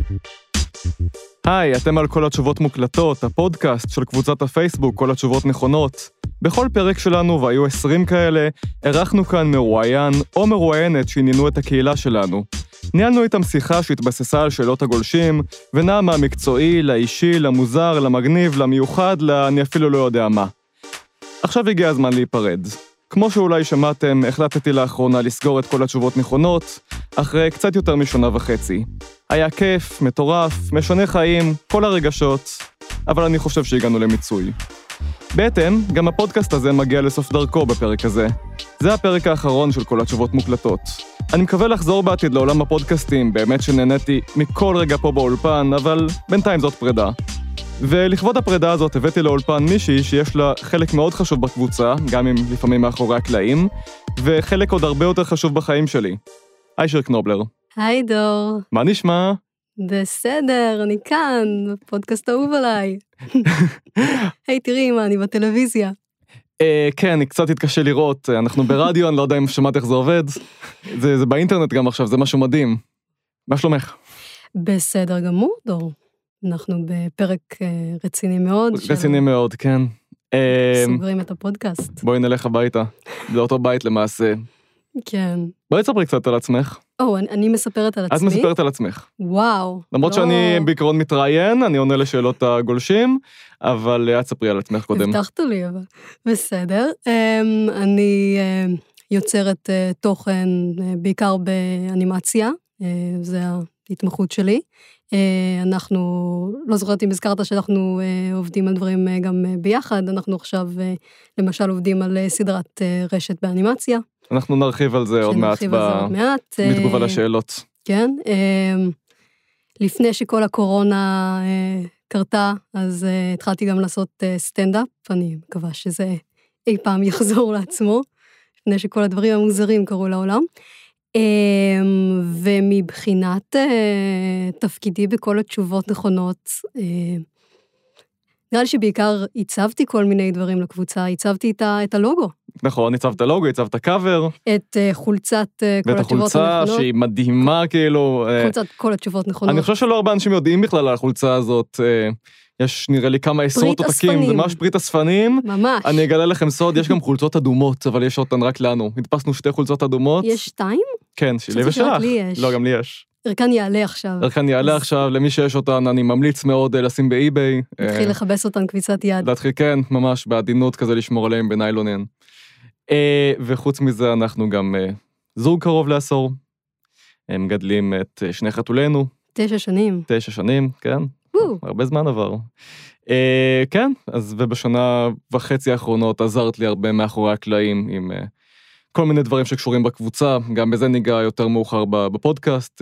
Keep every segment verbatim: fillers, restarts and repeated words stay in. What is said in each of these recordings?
היי, אתם על כל התשובות מוקלטות, הפודקאסט של קבוצת הפייסבוק, כל התשובות נכונות. בכל פרק שלנו, והיו עשרים כאלה, ערכנו כאן מרואיין או מרואיינת שעניינו את הקהילה שלנו. ניהלנו איתם שיחה שהתבססה על שאלות הגולשים, ונעה מהמקצועי, לאישי, למוזר, למגניב, למיוחד, לאני אפילו לא יודע מה. עכשיו הגיע הזמן להיפרד. כמו שאולי שמעתם, החלטתי לאחרונה לסגור את כל התשובות נכונות, אחרי קצת יותר משונה וחצי. היה כיף, מטורף, משנה חיים, כל הרגשות, אבל אני חושב שהגענו למיצוי. בעצם, גם הפודקאסט הזה מגיע לסוף דרכו בפרק הזה. זה הפרק האחרון של כל התשובות מוקלטות. אני מקווה לחזור בעתיד לעולם הפודקאסטים, באמת שנהניתי מכל רגע פה באולפן, אבל בינתיים זאת פרידה. ולכבוד הפרידה הזאת הבאתי לאולפן מישהי שיש לה חלק מאוד חשוב בקבוצה, גם אם לפעמים מאחורי הקלעים, וחלק עוד הרבה יותר חשוב בחיים שלי. היי שיר קנובלר. היי דור. מה נשמע? בסדר, אני כאן, פודקאסט אהוב עליי. היי, תראי מה, אני בטלוויזיה. כן, קצת התקשה לראות, אנחנו ברדיו, אני לא יודע אם שמעת איך זה עובד. זה באינטרנט גם עכשיו, זה משהו מדהים. מה שלומך? בסדר גמור, דור. אנחנו בפרק רציני מאוד. רציני מאוד, כן. סוגרים את הפודקאסט. בואי נלך הביתה, זה אותו בית למעשה. כן. בואי תספרי קצת על עצמך. או, אני מספרת על עצמי? את מספרת על עצמך. וואו. למרות שאני בעיקרון מתראיין, אני עונה לשאלות הגולשים, אבל את ספרי על עצמך קודם. הבטחת לי, אבל בסדר. אני יוצרת תוכן בעיקר באנימציה, זה ההתמחות שלי. אנחנו, לא זוכרת אם הזכרת שאנחנו עובדים על דברים גם ביחד, אנחנו עכשיו למשל עובדים על סדרת רשת באנימציה. אנחנו נרחיב על זה עוד מעט, בתגובה לשאלות. כן, לפני שכל הקורונה קרתה, אז התחלתי גם לעשות סטנדאפ, אני מקווה שזה אי פעם יחזור לעצמו, לפני שכל הדברים המוזרים קרו לעולם. ומבחינת תפקידי בכל התשובות נכונות, נראה לי שבעיקר הצבתי כל מיני דברים לקבוצה, הצבתי את הלוגו. נכון, הצבת לוגו, הצבת קאבר. את חולצת כל התשובות הנכונות. ואת החולצה שהיא מדהימה, כאילו. חולצת כל התשובות נכונות. אני חושב שלא הרבה אנשים יודעים בכלל על החולצה הזאת. יש נראה לי כמה עשרות עותקים, זה ממש פריט אספנים. ממש. אני אגלה לכם סוד, יש גם חולצות אדומות, אבל יש אותן רק לנו. הדפסנו שתי חולצות אדומות. יש שתיים? כן, שלי ושלך. לא, גם לי יש. ערכן יעלה עכשיו. ערכן יעלה עכשיו, למי שיש אותן, אני ממליץ מאוד לשים באי-ביי. להתחיל לחבס אותן קביצת יד. להתחיל, כן, ממש, בעדינות כזה לשמור עליהם בניילונן. וחוץ מזה, אנחנו גם זוג קרוב לעשור. הם גדלים את שני חתולנו. תשע שנים. תשע שנים, כן. הרבה זמן עבר. כן, אז ובשנה וחצי האחרונות עזרת לי הרבה מאחורי הקלעים עם כל מיני דברים שקשורים בקבוצה, גם בזה ניגע יותר מאוחר בפודקאסט.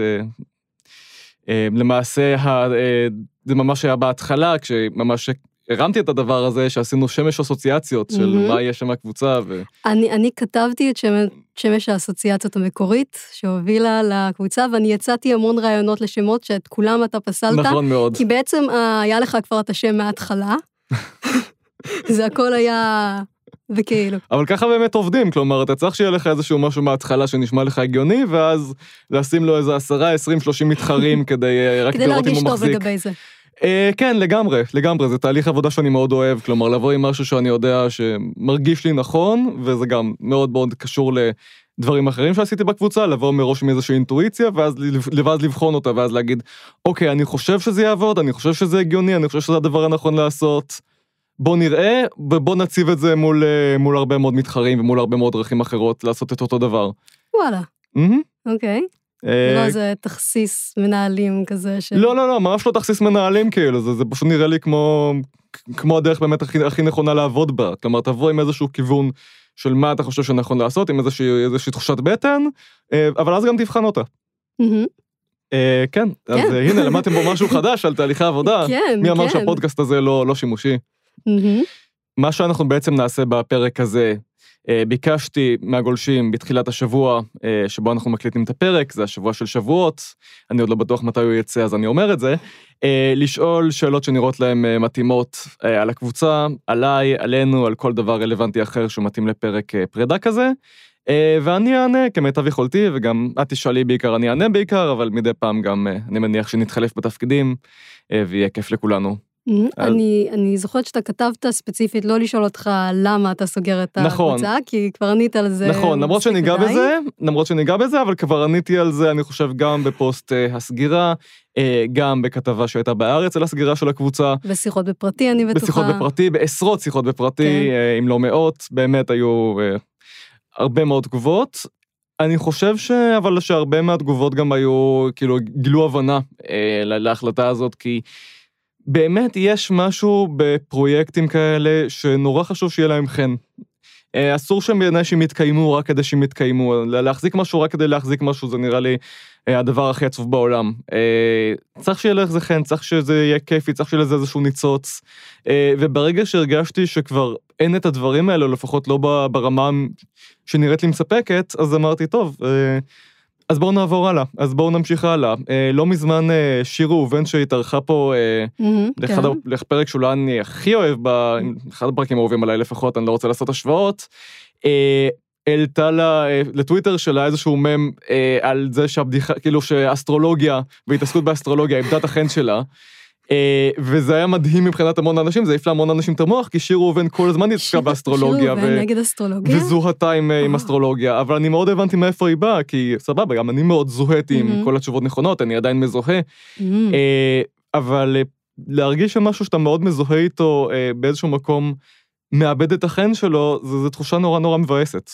למעשה, זה ממש היה בהתחלה, כשממש הרמתי את הדבר הזה, שעשינו שמש אסוציאציות של מה יהיה שם הקבוצה. אני כתבתי את שמש האסוציאציות המקורית, שהובילה לקבוצה, ואני יצאתי המון רעיונות לשמות, שאת כולם אתה פסלת. נכון מאוד. כי בעצם היה לך כבר את השם מההתחלה. זה הכל היה וכאילו. אבל ככה באמת עובדים, כלומר, אתה צריך שיהיה לך איזשהו משהו מההתחלה שנשמע לך הגיוני, ואז לשים לו איזה עשרה, עשרים, שלושים מתחרים, כדי רק לראות אם הוא מחזיק. כדי להרגיש טוב לגבי זה. כן, לגמרי, לגמרי, זה תהליך עבודה שאני מאוד אוהב, כלומר, לבוא עם משהו שאני יודע שמרגיש לי נכון, וזה גם מאוד מאוד קשור לדברים אחרים שעשיתי בקבוצה, לבוא מראש עם איזושהי אינטואיציה, ואז לבחון אותה, ואז להגיד, אוקיי, אני חושב שזה יעבוד, אני חושב שזה הגיוני, אני חושב שזה הדבר הנכון לעשות, בוא נראה, ובוא נציב את זה מול, מול הרבה מאוד מתחרים, ומול הרבה מאוד דרכים אחרות, לעשות את אותו דבר. וואלה. אוקיי. זה לא איזה תכסיס מנהלים כזה ש... לא, לא, לא, ממש לא תכסיס מנהלים כאילו, זה, זה פשוט נראה לי כמו, כמו הדרך באמת הכי, הכי נכונה לעבוד בה. כלומר, תבוא עם איזשהו כיוון של מה אתה חושב שנכון לעשות, עם איזושהי, איזושהי תחושת בטן, אבל אז גם תבחן אותה. כן, אז הנה, למדתם בו משהו חדש על תהליכי עבודה. מי אמר שהפודקאסט הזה לא, לא שימושי? מה שאנחנו בעצם נעשה בפרק הזה, ביקשתי מהגולשים בתחילת השבוע שבו אנחנו מקליטים את הפרק, זה השבוע של שבועות, אני עוד לא בטוח מתי הוא יצא, אז אני אומר את זה, לשאול שאלות שנראות להם מתאימות על הקבוצה, עליי, עלינו, על כל דבר רלוונטי אחר שמתאים לפרק פרידה כזה, ואני אענה כמיטב יכולתי, וגם את תשאלי בעיקר, אני אענה בעיקר, אבל מדי פעם גם אני מניח שנתחלף בתפקידים, ויהיה כיף לכולנו. אני, אני זוכרת שאתה כתבת ספציפית לא לשאול אותך למה אתה סוגר את הקבוצה, כי כבר ענית על זה. נכון, למרות שניגע בזה, למרות שניגע בזה, אבל כבר עניתי על זה, אני חושב גם בפוסט הסגירה, גם בכתבה שהייתה בארץ על הסגירה של הקבוצה. בשיחות בפרטי, אני בטוחה. בשיחות בפרטי, בעשרות שיחות בפרטי, אם לא מאות, באמת היו הרבה מאוד תגובות. אני חושב ש... אבל שהרבה מהתגובות גם היו, כאילו, גילו הבנה להחלטה הזאת, כי באמת יש משהו בפרויקטים כאלה שנורא חשוב שיהיה להם חן. אסור שבעיניי שהם יתקיימו רק כדי שהם יתקיימו. להחזיק משהו רק כדי להחזיק משהו, זה נראה לי הדבר הכי עצוב בעולם. צריך שיהיה לך זה חן, צריך שזה יהיה כיפי, צריך שיהיה לזה איזשהו ניצוץ. וברגע שהרגשתי שכבר אין את הדברים האלו, לפחות לא ברמה שנראית לי מספקת, אז אמרתי, טוב, אז בואו נעבור הלאה, אז בואו נמשיך הלאה. לא מזמן שיר ראובן שהתארחה פה לפרק שאולי אני הכי אוהב, אחד הפרקים האהובים עליי לפחות, אני לא רוצה לעשות השוואות, העלתה לטוויטר שלה איזשהו מם על זה שהבדיחה, כאילו שאסטרולוגיה והתעסקות באסטרולוגיה איבדה את החן שלה, וזה היה מדהים מבחינת המון אנשים, זה העיף להמון אנשים את המוח, כי שיר ראובן כל הזמן התעסקה באסטרולוגיה. שיר ראובן נגד אסטרולוגיה? וזוהתה עם אסטרולוגיה, אבל אני מאוד הבנתי מאיפה היא באה, כי סבבה, גם אני מאוד זוהתי עם כל התשובות נכונות, אני עדיין מזוהה, אבל להרגיש שמשהו שאתה מאוד מזוהה איתו באיזשהו מקום, מאבד את החן שלו, זו תחושה נורא נורא מבאסת.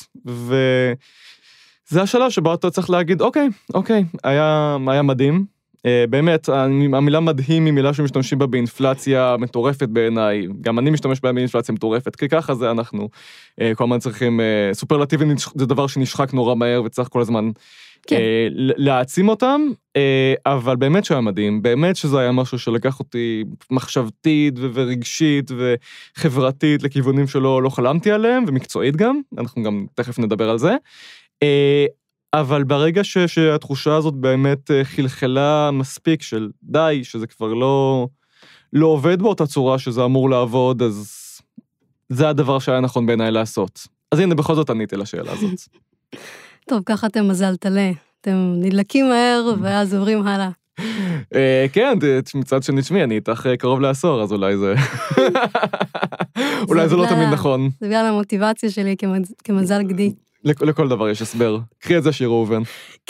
וזה השלב שבה אתה צריך להגיד, אוקיי, אוקיי, היה מדהים, באמת, המילה מדהים היא מילה שמשתמשים בה באינפלציה מטורפת בעיניי, גם אני משתמש בה באינפלציה מטורפת, כי ככה זה אנחנו כל הזמן צריכים, סופרלטיבי זה דבר שנשחק נורא מהר וצריך כל הזמן להעצים אותם, אבל באמת שהיה מדהים, באמת שזה היה משהו שלקח אותי מחשבתית ורגשית וחברתית לכיוונים שלא לא חלמתי עליהם, ומקצועית גם, אנחנו גם תכף נדבר על זה, אבל ברגע ש, שהתחושה הזאת באמת חלחלה מספיק של די, שזה כבר לא, לא עובד באותה צורה שזה אמור לעבוד, אז זה הדבר שהיה נכון בעיניי לעשות. אז הנה, בכל זאת עניתי לשאלה הזאת. טוב, ככה אתם מזל תלה. אתם נדלקים מהר, ואז עוברים הלאה. כן, מצד שנשמי, אני איתך קרוב לעשור, אז אולי זה... אולי זה לא תמיד נכון. זה בגלל המוטיבציה שלי כמזל גדי. לכל דבר יש הסבר. קחי את זה שיר ראובן.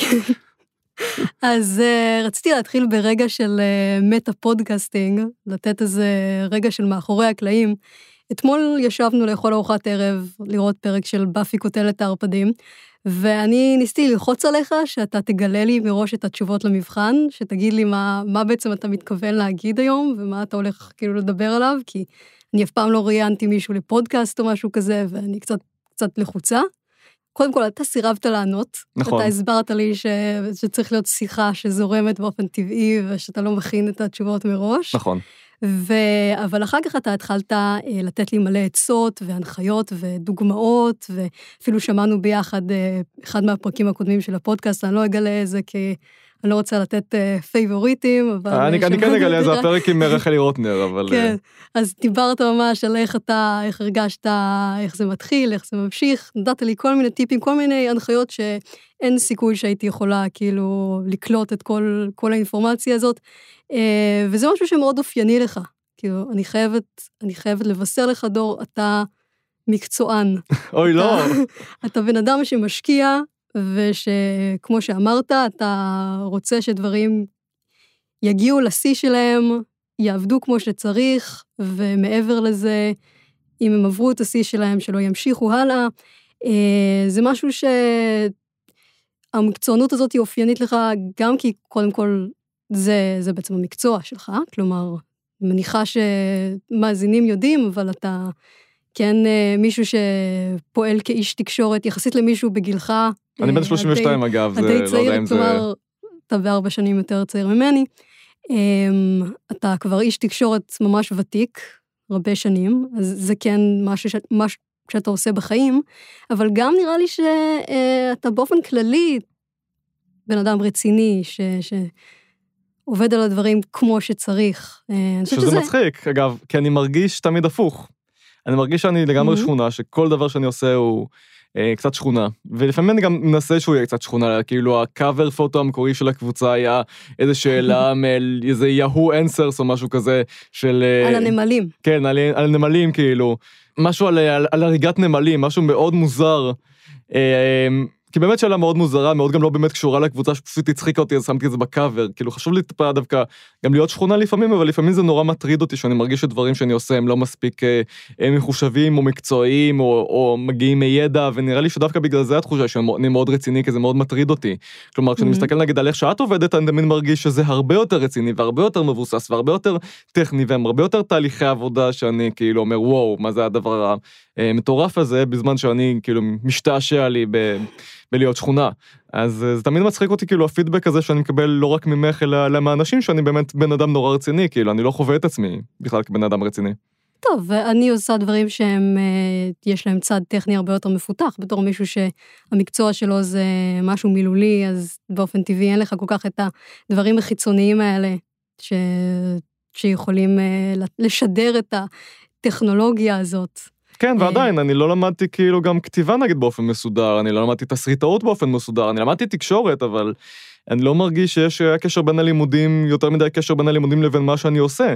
אז רציתי להתחיל ברגע של מטה פודקאסטינג, לתת איזה רגע של מאחורי הקלעים. אתמול ישבנו לאכול ארוחת ערב, לראות פרק של באפי קוטלת הערפדים, ואני ניסיתי ללחוץ עליך שאתה תגלה לי מראש את התשובות למבחן, שתגיד לי מה, מה בעצם אתה מתכוון להגיד היום, ומה אתה הולך כאילו לדבר עליו, כי אני אף פעם לא ראיינתי מישהו לפודקאסט או משהו כזה, ואני קצת, קצת לחוצה. קודם כל, אתה סירבת לענות. נכון. אתה הסברת לי ש... שצריך להיות שיחה שזורמת באופן טבעי, ושאתה לא מכין את התשובות מראש. נכון. ו... אבל אחר כך אתה התחלת לתת לי מלא עצות והנחיות ודוגמאות, ואפילו שמענו ביחד אחד מהפרקים הקודמים של הפודקאסט, אני לא אגלה איזה כי... אני לא רוצה לתת פייבוריטים, אבל... אני כן אגלה, זה הפרק עם רחלי רוטנר, אבל... כן, אז דיברת ממש על איך אתה, איך הרגשת, איך זה מתחיל, איך זה ממשיך, נתת לי כל מיני טיפים, כל מיני הנחיות שאין סיכוי שהייתי יכולה כאילו לקלוט את כל, כל האינפורמציה הזאת, וזה משהו שמאוד אופייני לך, כאילו, אני חייבת, אני חייבת לבשר לך דור, אתה מקצוען. אוי, לא. אתה בן אדם שמשקיע, ושכמו שאמרת, אתה רוצה שדברים יגיעו לשיא שלהם, יעבדו כמו שצריך, ומעבר לזה, אם הם עברו את השיא שלהם, שלא ימשיכו הלאה, זה משהו שהמקצוענות הזאת היא אופיינית לך, גם כי קודם כל זה, זה בעצם המקצוע שלך, כלומר, מניחה שמאזינים יודעים, אבל אתה... כן, מישהו שפועל כאיש תקשורת, יחסית למישהו בגילך. אני בן שלושים ושתיים אגב, זה לא יודע אם זה... כלומר, אתה בארבע שנים יותר צעיר ממני. אתה כבר איש תקשורת ממש ותיק, הרבה שנים, אז זה כן משהו שאתה עושה בחיים, אבל גם נראה לי שאתה באופן כללי, בן אדם רציני, שעובד על הדברים כמו שצריך. שזה מצחיק, אגב, כי אני מרגיש תמיד הפוך. אני מרגיש שאני לגמרי שכונה, שכל דבר שאני עושה הוא קצת שכונה. ולפעמים אני גם מנסה שהוא יהיה קצת שכונה, כאילו הקאבר פוטו המקורי של הקבוצה היה איזו שאלה, איזה יהו אנסרס או משהו כזה, של... על הנמלים. כן, על, על הנמלים כאילו. משהו על, על, על הריגת נמלים, משהו מאוד מוזר. כי באמת שאלה מאוד מוזרה, מאוד גם לא באמת קשורה לקבוצה שפשוט הצחיקה אותי, אז שמתי את זה בקאבר. כאילו חשוב לי טיפה דווקא גם להיות שכונה לפעמים, אבל לפעמים זה נורא מטריד אותי, שאני מרגיש שדברים שאני עושה הם לא מספיק הם מחושבים או מקצועיים, או, או מגיעים מידע, ונראה לי שדווקא בגלל זה התחושה שאני מאוד רציני, כי זה מאוד מטריד אותי. כלומר, כשאני מסתכל נגיד על איך שאת עובדת, אני תמיד מרגיש שזה הרבה יותר רציני, והרבה יותר מבוסס, והרבה יותר טכני, והרבה יותר תהליכי עבודה שאני כאילו אומר, וואו, מה זה הדבר המטורף הזה, בזמן שאני כאילו משתעשע לי ב... בלהיות שכונה. אז זה תמיד מצחיק אותי, כאילו, הפידבק הזה שאני מקבל לא רק ממך, אלא מהאנשים שאני באמת בן אדם נורא רציני, כאילו, אני לא חווה את עצמי בכלל כבן אדם רציני. טוב, ואני עושה דברים שהם, יש להם צד טכני הרבה יותר מפותח, בתור מישהו שהמקצוע שלו זה משהו מילולי, אז באופן טבעי אין לך כל כך את הדברים החיצוניים האלה, ש... שיכולים לשדר את הטכנולוגיה הזאת. כן, ועדיין, אני לא למדתי כאילו גם כתיבה נגיד באופן מסודר, אני לא למדתי תסריטאות באופן מסודר, אני למדתי תקשורת, אבל אני לא מרגיש שיש קשר בין הלימודים, יותר מדי קשר בין הלימודים לבין מה שאני עושה.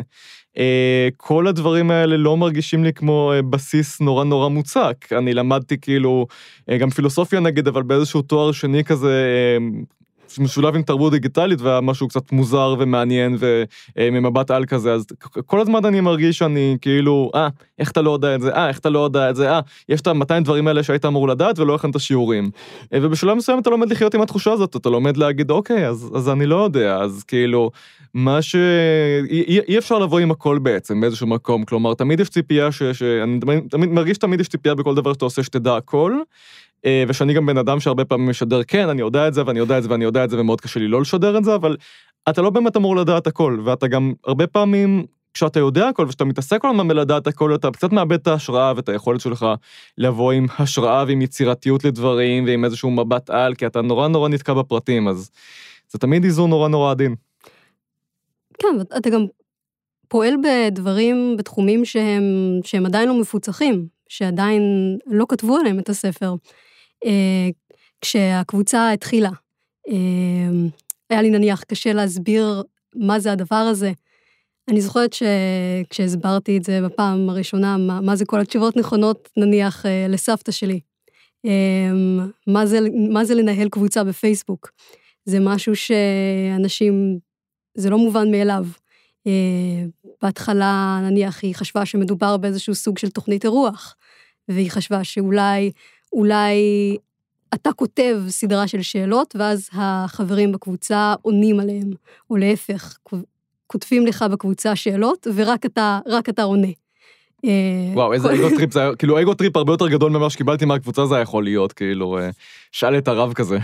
כל הדברים האלה לא מרגישים לי כמו בסיס נורא נורא מוצק. אני למדתי כאילו גם פילוסופיה נגיד, אבל באיזשהו תואר שני כזה... משולב עם תרבות דיגיטלית, ומשהו קצת מוזר ומעניין, וממבט על כזה, אז כל הזמן אני מרגיש שאני כאילו, אה, איך אתה לא יודע את זה, אה, איך אתה לא יודע את זה, אה, יש את מאתיים דברים האלה שהיית אמור לדעת, ולא הכנת שיעורים. ובשלב מסוים אתה לומד לחיות עם התחושה הזאת, אתה לומד להגיד, אוקיי, אז, אז אני לא יודע, אז כאילו, מה ש... אי, אי אפשר לבוא עם הכל בעצם, באיזשהו מקום, כלומר, תמיד יש ציפייה ש... ש... אני תמיד מרגיש תמיד יש ציפייה בכל דבר שאתה עושה שתדע הכל, ושאני גם בן אדם שהרבה פעמים משדר, כן, אני יודע את זה, ואני יודע את זה, ואני יודע את זה, ומאוד קשה לי לא לשדר את זה, אבל אתה לא באמת אמור לדעת הכל, ואתה גם הרבה פעמים, כשאתה יודע הכל, ושאתה מתעסק כל הזמן בלדעת הכל, אתה קצת מאבד את ההשראה, ואת היכולת שלך לבוא עם השראה, ועם יצירתיות לדברים, ועם איזשהו מבט על, כי אתה נורא נורא נתקע בפרטים, אז זה תמיד איזון נורא נורא עדין. כן, אתה גם פועל בדברים, בתחומים שהם, שהם עדיין לא מפוצחים, שעדיין לא כתבו עליהם את הספר. כשהקבוצה התחילה, היה לי נניח קשה להסביר מה זה הדבר הזה. אני זוכרת שכשהסברתי את זה בפעם הראשונה, מה, מה זה כל התשובות נכונות, נניח לסבתא שלי. מה זה, מה זה לנהל קבוצה בפייסבוק. זה משהו שאנשים, זה לא מובן מאליו. בהתחלה, נניח, היא חשבה שמדובר באיזשהו סוג של תוכנית אירוח, והיא חשבה שאולי, אולי אתה כותב סדרה של שאלות, ואז החברים בקבוצה עונים עליהם, או להפך, כותבים לך בקבוצה שאלות, ורק אתה, רק אתה עונה. וואו, איזה אגו טריפ זה היה, כאילו אגו טריפ הרבה יותר גדול ממה שקיבלתי מהקבוצה, זה יכול להיות, כאילו, שאל את הרב כזה.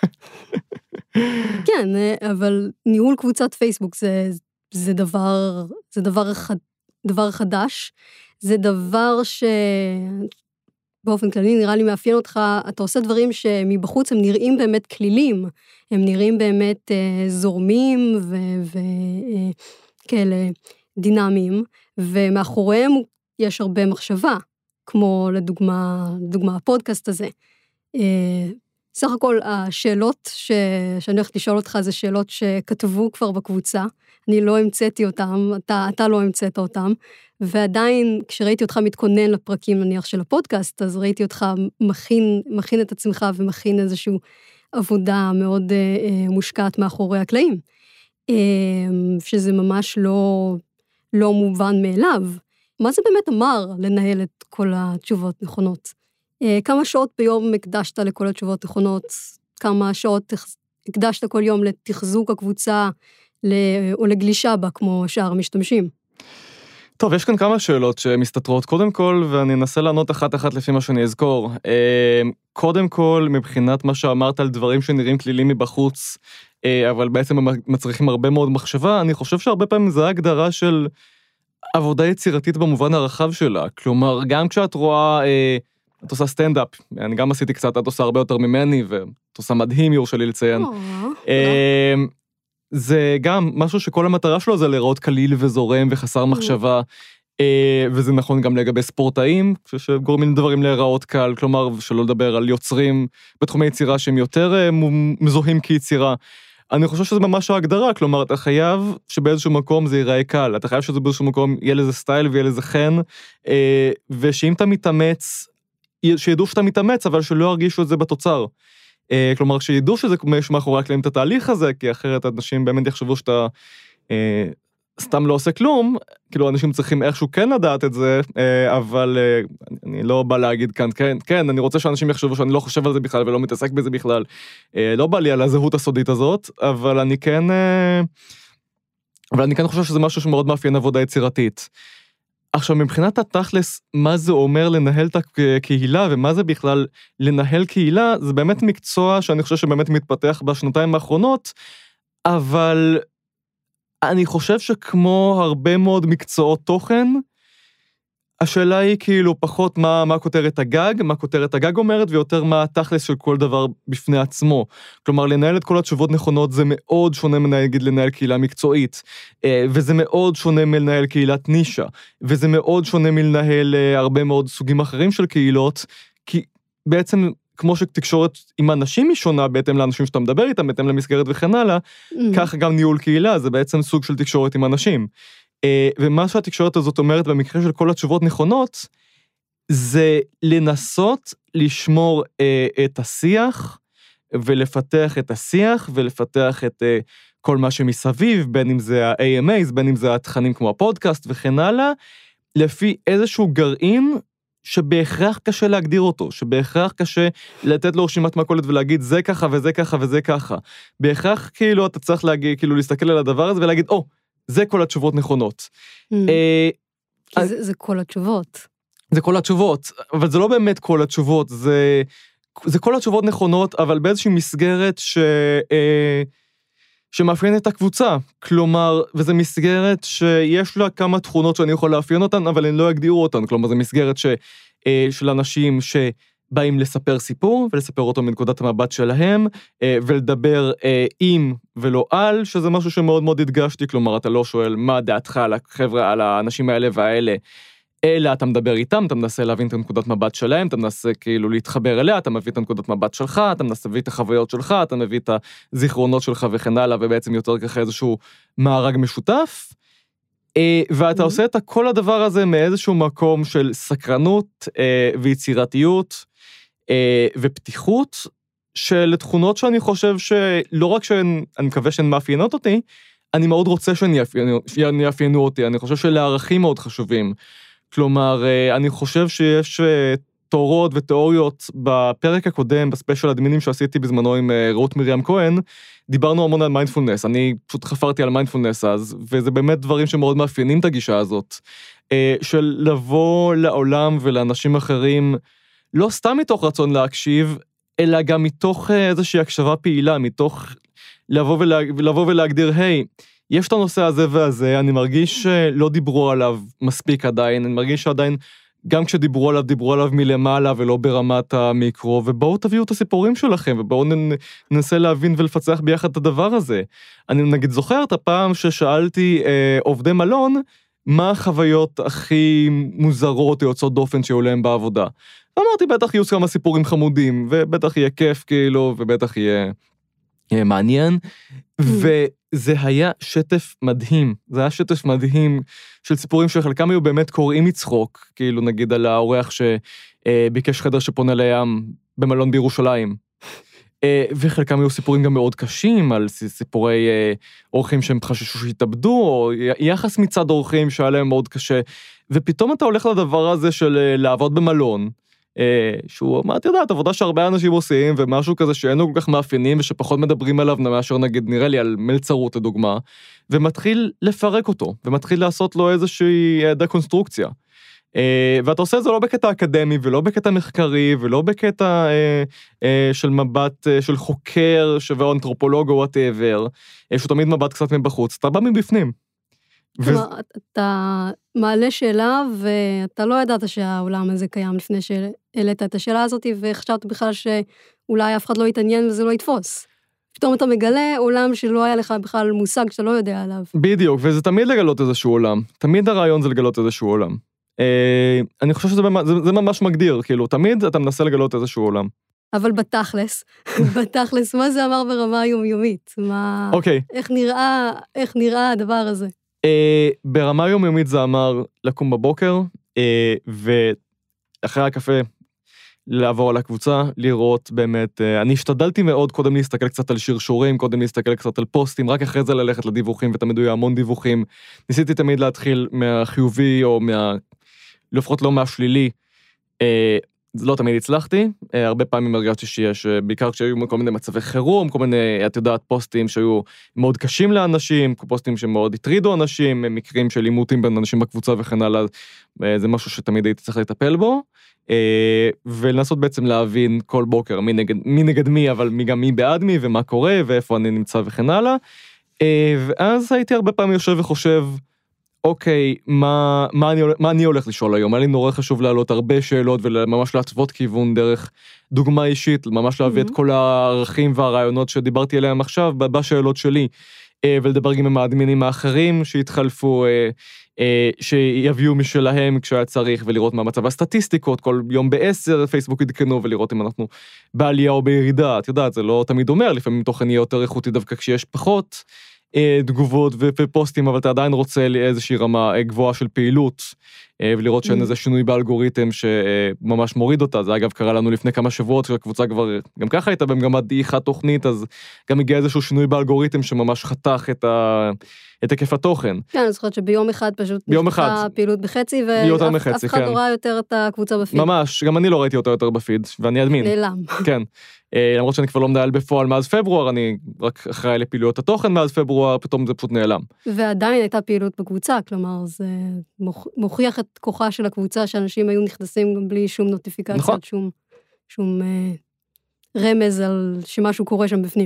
כן, אבל ניהול קבוצת פייסבוק זה, זה דבר, זה דבר, דבר חדש, זה דבר שבאופן כללי נראה לי מאפיין אותך, אתה עושה דברים שמבחוץ הם נראים באמת כלילים, הם נראים באמת זורמים וכאלה דינמיים, ומאחוריהם יש הרבה מחשבה, כמו לדוגמה, לדוגמה הפודקאסט הזה. סך הכל השאלות ש... שאני הולכת לשאול אותך זה שאלות שכתבו כבר בקבוצה, אני לא המצאתי אותם, אתה, אתה לא המצאת אותם, ועדיין כשראיתי אותך מתכונן לפרקים נניח של הפודקאסט, אז ראיתי אותך מכין, מכין את עצמך ומכין איזושהי עבודה מאוד אה, מושקעת מאחורי הקלעים, אה, שזה ממש לא, לא מובן מאליו. מה זה באמת אמר לנהל את כל התשובות נכונות? כמה שעות ביום הקדשת לכל התשובות נכונות, כמה שעות הקדשת כל יום לתחזוק הקבוצה, או לגלישה בה, כמו שאר המשתמשים. טוב, יש כאן כמה שאלות שמסתתרות קודם כל, ואני אנסה לענות אחת אחת לפי מה שאני אזכור. קודם כל, מבחינת מה שאמרת על דברים שנראים כלילים מבחוץ, אבל בעצם מצריכים הרבה מאוד מחשבה, אני חושב שהרבה פעמים זה הגדרה של עבודה יצירתית במובן הרחב שלה. כלומר, גם כשאת רואה... את עושה סטנדאפ, אני גם עשיתי קצת, את עושה הרבה יותר ממני, ואת עושה מדהים, יורשה לי לציין. זה גם משהו שכל המטרה שלו זה לראות קליל וזורם וחסר מחשבה, וזה נכון גם לגבי ספורטאים, שגורמים דברים להיראות קל, כלומר, שלא לדבר על יוצרים בתחומי יצירה שהם יותר מזוהים כיצירה. אני חושב שזה ממש ההגדרה, כלומר, אתה חייב שבאיזשהו מקום זה ייראה קל, אתה חייב שזה באיזשהו מקום יהיה לזה סטייל ויהיה לזה חן, ושאם אתה מתאמץ, שידעו שאתה מתאמץ, אבל שלא ירגישו את זה בתוצר. כלומר, שידעו שזה יש מאחורי הקלעים את התהליך הזה, כי אחרת אנשים באמת יחשבו שאתה סתם לא עושה כלום, כאילו אנשים צריכים איכשהו כן לדעת את זה, אבל אני לא בא להגיד כאן, כן, כן, אני רוצה שאנשים יחשבו שאני לא חושב על זה בכלל ולא מתעסק בזה בכלל, לא בא לי על הזהות הסודית הזאת, אבל אני כן, אבל אני כן חושב שזה משהו שמאוד מאפיין עבודה יצירתית. עכשיו, מבחינת התכלס, מה זה אומר לנהל את הקהילה, ומה זה בכלל לנהל קהילה, זה באמת מקצוע שאני חושב שבאמת מתפתח בשנתיים האחרונות, אבל אני חושב שכמו הרבה מאוד מקצועות תוכן, השאלה היא כאילו פחות מה, מה כותרת הגג, מה כותרת הגג אומרת, ויותר מה התכלס של כל דבר בפני עצמו. כלומר, לנהל את כל התשובות נכונות זה מאוד שונה מנהל, לנהל קהילה מקצועית, וזה מאוד שונה מלנהל קהילת נישה, וזה מאוד שונה מלנהל הרבה מאוד סוגים אחרים של קהילות, כי בעצם כמו שתקשורת עם אנשים היא שונה, בהתאם לאנשים שאתה מדבר איתם, בהתאם למסגרת וכן הלאה, mm. כך גם ניהול קהילה, זה בעצם סוג של תקשורת עם אנשים. ומה שהתקשורת הזאת אומרת במקרה של כל התשובות נכונות, זה לנסות לשמור את השיח, ולפתח את השיח, ולפתח את כל מה שמסביב, בין אם זה ה-A M As, בין אם זה התכנים כמו הפודקאסט וכן הלאה, לפי איזשהו גרעין, שבהכרח קשה להגדיר אותו, שבהכרח קשה לתת לו רשימת מכולת ולהגיד זה ככה וזה ככה וזה ככה. בהכרח כאילו אתה צריך להגיד, כאילו להסתכל על הדבר הזה ולהגיד, או, זה כל התשובות נכונות. כי זה כל התשובות. זה כל התשובות, אבל זה לא באמת כל התשובות, זה, זה כל התשובות נכונות, אבל באיזושהי מסגרת ש... שמאפיין את הקבוצה, כלומר, וזו מסגרת שיש לה כמה תכונות שאני יכול לאפיין אותן, אבל הן לא יגדירו אותן, כלומר, זו מסגרת ש, של אנשים שבאים לספר סיפור, ולספר אותו מנקודת המבט שלהם, ולדבר עם ולא על, שזה משהו שמאוד מאוד הדגשתי, כלומר, אתה לא שואל מה דעתך על החבר'ה, על האנשים האלה והאלה, אלא אתה מדבר איתם, אתה מנסה להבין את הנקודת מבט שלהם, אתה מנסה כאילו להתחבר אליה, אתה מביא את הנקודת מבט שלך, אתה מנסה להביא את החוויות שלך, אתה מביא את הזיכרונות שלך וכן הלאה, ובעצם יותר ככה איזשהו מארג משותף, ואתה עושה את כל הדבר הזה מאיזשהו מקום של סקרנות ויצירתיות ופתיחות, של תכונות שאני חושב שלא רק שהן, אני מקווה שהן מאפיינות אותי, אני מאוד רוצה שהן יאפיינו אותי, אני חושב שלערכים מאוד חשובים, כלומר, אני חושב שיש תיאוריות ותיאוריות בפרק הקודם, בספיישל אדמינים שעשיתי בזמנו עם רות מרים כהן, דיברנו המון על מיינדפולנס, אני פשוט חפרתי על מיינדפולנס אז, וזה באמת דברים שמאוד מאפיינים את הגישה הזאת, של לבוא לעולם ולאנשים אחרים, לא סתם מתוך רצון להקשיב, אלא גם מתוך איזושהי הקשבה פעילה, מתוך לבוא, ולה, לבוא ולהגדיר, היי, יש את הנושא הזה והזה, אני מרגיש שלא דיברו עליו מספיק עדיין, אני מרגיש שעדיין, גם כשדיברו עליו, דיברו עליו מלמעלה ולא ברמת המיקרו, ובואו תביאו את הסיפורים שלכם, ובואו ננסה להבין ולפצח ביחד את הדבר הזה. אני נגיד זוכר את הפעם ששאלתי אה, עובדי מלון, מה החוויות הכי מוזרות או יוצאות דופן שהיו להם בעבודה. ואמרתי, בטח יהיו כמה סיפורים חמודים, ובטח יהיה כיף כאילו, ובטח יהיה, יהיה מעניין, וזה היה שטף מדהים, זה היה שטף מדהים של סיפורים שחלקם היו באמת קוראים מצחוק, כאילו נגיד על האורח שביקש חדר שפונה לים במלון בירושלים, וחלקם היו סיפורים גם מאוד קשים, על סיפורי אורחים שהם חששו שהתאבדו, או יחס מצד אורחים שהיה להם מאוד קשה, ופתאום אתה הולך לדבר הזה של לעבוד במלון, שהוא, מה את יודעת, עבודה שהרבה אנשים עושים, ומשהו כזה שאינו כל כך מאפיינים, ושפחות מדברים עליו, מאשר נגיד, נראה לי על מלצרות לדוגמה, ומתחיל לפרק אותו, ומתחיל לעשות לו איזושהי דקונסטרוקציה. ואתה עושה את זה לא בקטע אקדמי, ולא בקטע מחקרי, ולא בקטע של מבט של חוקר, שווה אנתרופולוג או whatever, שהוא תמיד מבט קצת מבחוץ, אתה בא מבפנים. כלומר, אתה מעלה שאלה, ואתה לא ידעת שהעולם הזה קיים לפני שהעלית את השאלה הזאת, וחשבת בכלל שאולי אף אחד לא יתעניין וזה לא יתפוס. פתאום אתה מגלה עולם שלא היה לך בכלל מושג שאתה לא יודע עליו. בדיוק, וזה תמיד לגלות איזשהו עולם. תמיד הרעיון זה לגלות איזשהו עולם. אה, אני חושב שזה זה, זה ממש מגדיר, כאילו, תמיד אתה מנסה לגלות איזשהו עולם. אבל בתכלס, בתכלס, מה זה אמר ברמה יומיומית? מה... אוקיי. איך נראה, איך נראה הדבר הזה? אה, ברמה יומיומית זה אמר לקום בבוקר, אה, ואחרי הקפה, לעבור על הקבוצה, לראות באמת, אני השתדלתי מאוד קודם להסתכל קצת על שרשורים, קודם להסתכל קצת על פוסטים, רק אחרי זה ללכת לדיווחים, ותמיד היו המון דיווחים. ניסיתי תמיד להתחיל מהחיובי, או מה... לפחות לא מהשלילי. זה לא תמיד הצלחתי, הרבה פעמים הרגשתי שיש, בעיקר כשהיו כל מיני מצבי חירום, כל מיני, את יודעת, פוסטים שהיו מאוד קשים לאנשים, פוסטים שמאוד הטרידו אנשים, מקרים של עימותים בין אנשים בקבוצה וכן הלאה, זה משהו שתמיד הייתי צריך לטפל בו. ולנסות בעצם להבין כל בוקר מי נגד, מי נגד מי, אבל מי גם מי בעד מי ומה קורה ואיפה אני נמצא וכן הלאה. ואז הייתי הרבה פעמים יושב וחושב, אוקיי, מה, מה, אני, מה אני הולך לשאול היום? היה לי נורא חשוב להעלות הרבה שאלות וממש להתוות כיוון דרך דוגמה אישית, ממש להביא mm-hmm. את כל הערכים והרעיונות שדיברתי עליהם עכשיו בשאלות שלי, ולדבר גם עם האדמינים האחרים שהתחלפו, שיביאו משלהם כשהיה צריך, ולראות מה מצב הסטטיסטיקות, כל יום בעשר פייסבוק ידכנו, ולראות אם אנחנו בעלייה או בירידה. את יודעת, זה לא תמיד אומר, לפעמים תוכן יהיה יותר איכותי דווקא כשיש פחות תגובות ופוסטים, אבל אתה עדיין רוצה איזושהי רמה גבוהה של פעילות, ולראות שאין איזה שינוי באלגוריתם שממש מוריד אותה. זה אגב קרה לנו לפני כמה שבועות, שהקבוצה כבר גם ככה הייתה במגמת דעיכה תוכנית, אז גם הגיע איזשהו שינוי באלגוריתם שממש חתך את ה... את היקף התוכן. כן, אני זוכרת שביום אחד פשוט ביום אחד. פעילות בחצי, ואף אחד לא ראה יותר את הקבוצה בפיד. ממש, גם אני לא ראיתי אותו יותר בפיד, ואני אדמין. נעלם. כן. למרות שאני כבר לא מנהל בפועל מאז פברואר, אני רק אחראי לפעילויות התוכן מאז פברואר, פתאום זה פשוט נעלם. ועדיין הייתה פעילות בקבוצה, כלומר, זה מוכיח את כוחה של הקבוצה, שאנשים היו נכנסים גם בלי שום נוטיפיקציות, שום, שום רמז על שמשהו קורה שם בפנים.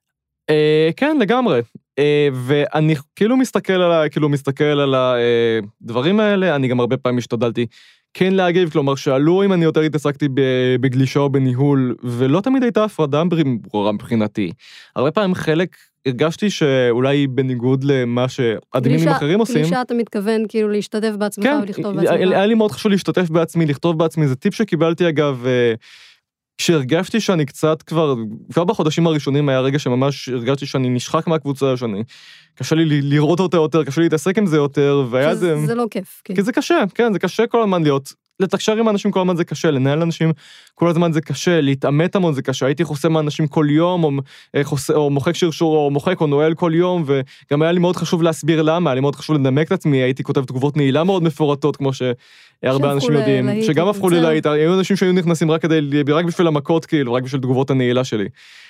כן, לגמרי. ואני כאילו מסתכל על, כאילו מסתכל על הדברים האלה, אני גם הרבה פעמים השתדלתי כן להגיב, כלומר שאלו אם אני יותר התעסקתי בגלישה או בניהול, ולא תמיד הייתה הפרדה ברורה מבחינתי. הרבה פעמים חלק הרגשתי שאולי בניגוד למה שאדמינים אחרים עושים. גלישה אתה מתכוון כאילו להשתתף בעצמך כן, ולכתוב בעצמך. היה לי מאוד חשוב להשתתף בעצמי, לכתוב בעצמי, זה טיפ שקיבלתי אגב, כשהרגשתי שאני קצת כבר, כבר בחודשים הראשונים היה רגע שממש הרגשתי שאני נשחק מהקבוצה, שאני, קשה לי לראות אותה יותר, קשה לי להתעסק עם זה יותר, והיה זה... זה לא כיף, כן. כי זה קשה, כן, זה קשה כל הזמן להיות, לתקשר עם אנשים כל הזמן זה קשה, לנהל אנשים כל הזמן זה קשה, להתאמת המון זה קשה, הייתי חוסם מאנשים כל יום, או, חוסה, או מוחק שרשור, או מוחק, או נועל כל יום, וגם היה לי מאוד חשוב להסביר למה, היה לי מאוד חשוב לנמק את עצמי, הייתי כותב תגובות נעילה מאוד מפורטות, כמו שהרבה אנשים יודעים, שגם הפכו לי להיט, היו אנשים שהיו נכנסים רק כדי, רק בשביל המכות, כאילו, רק בשביל תגובות הנעילה שלי.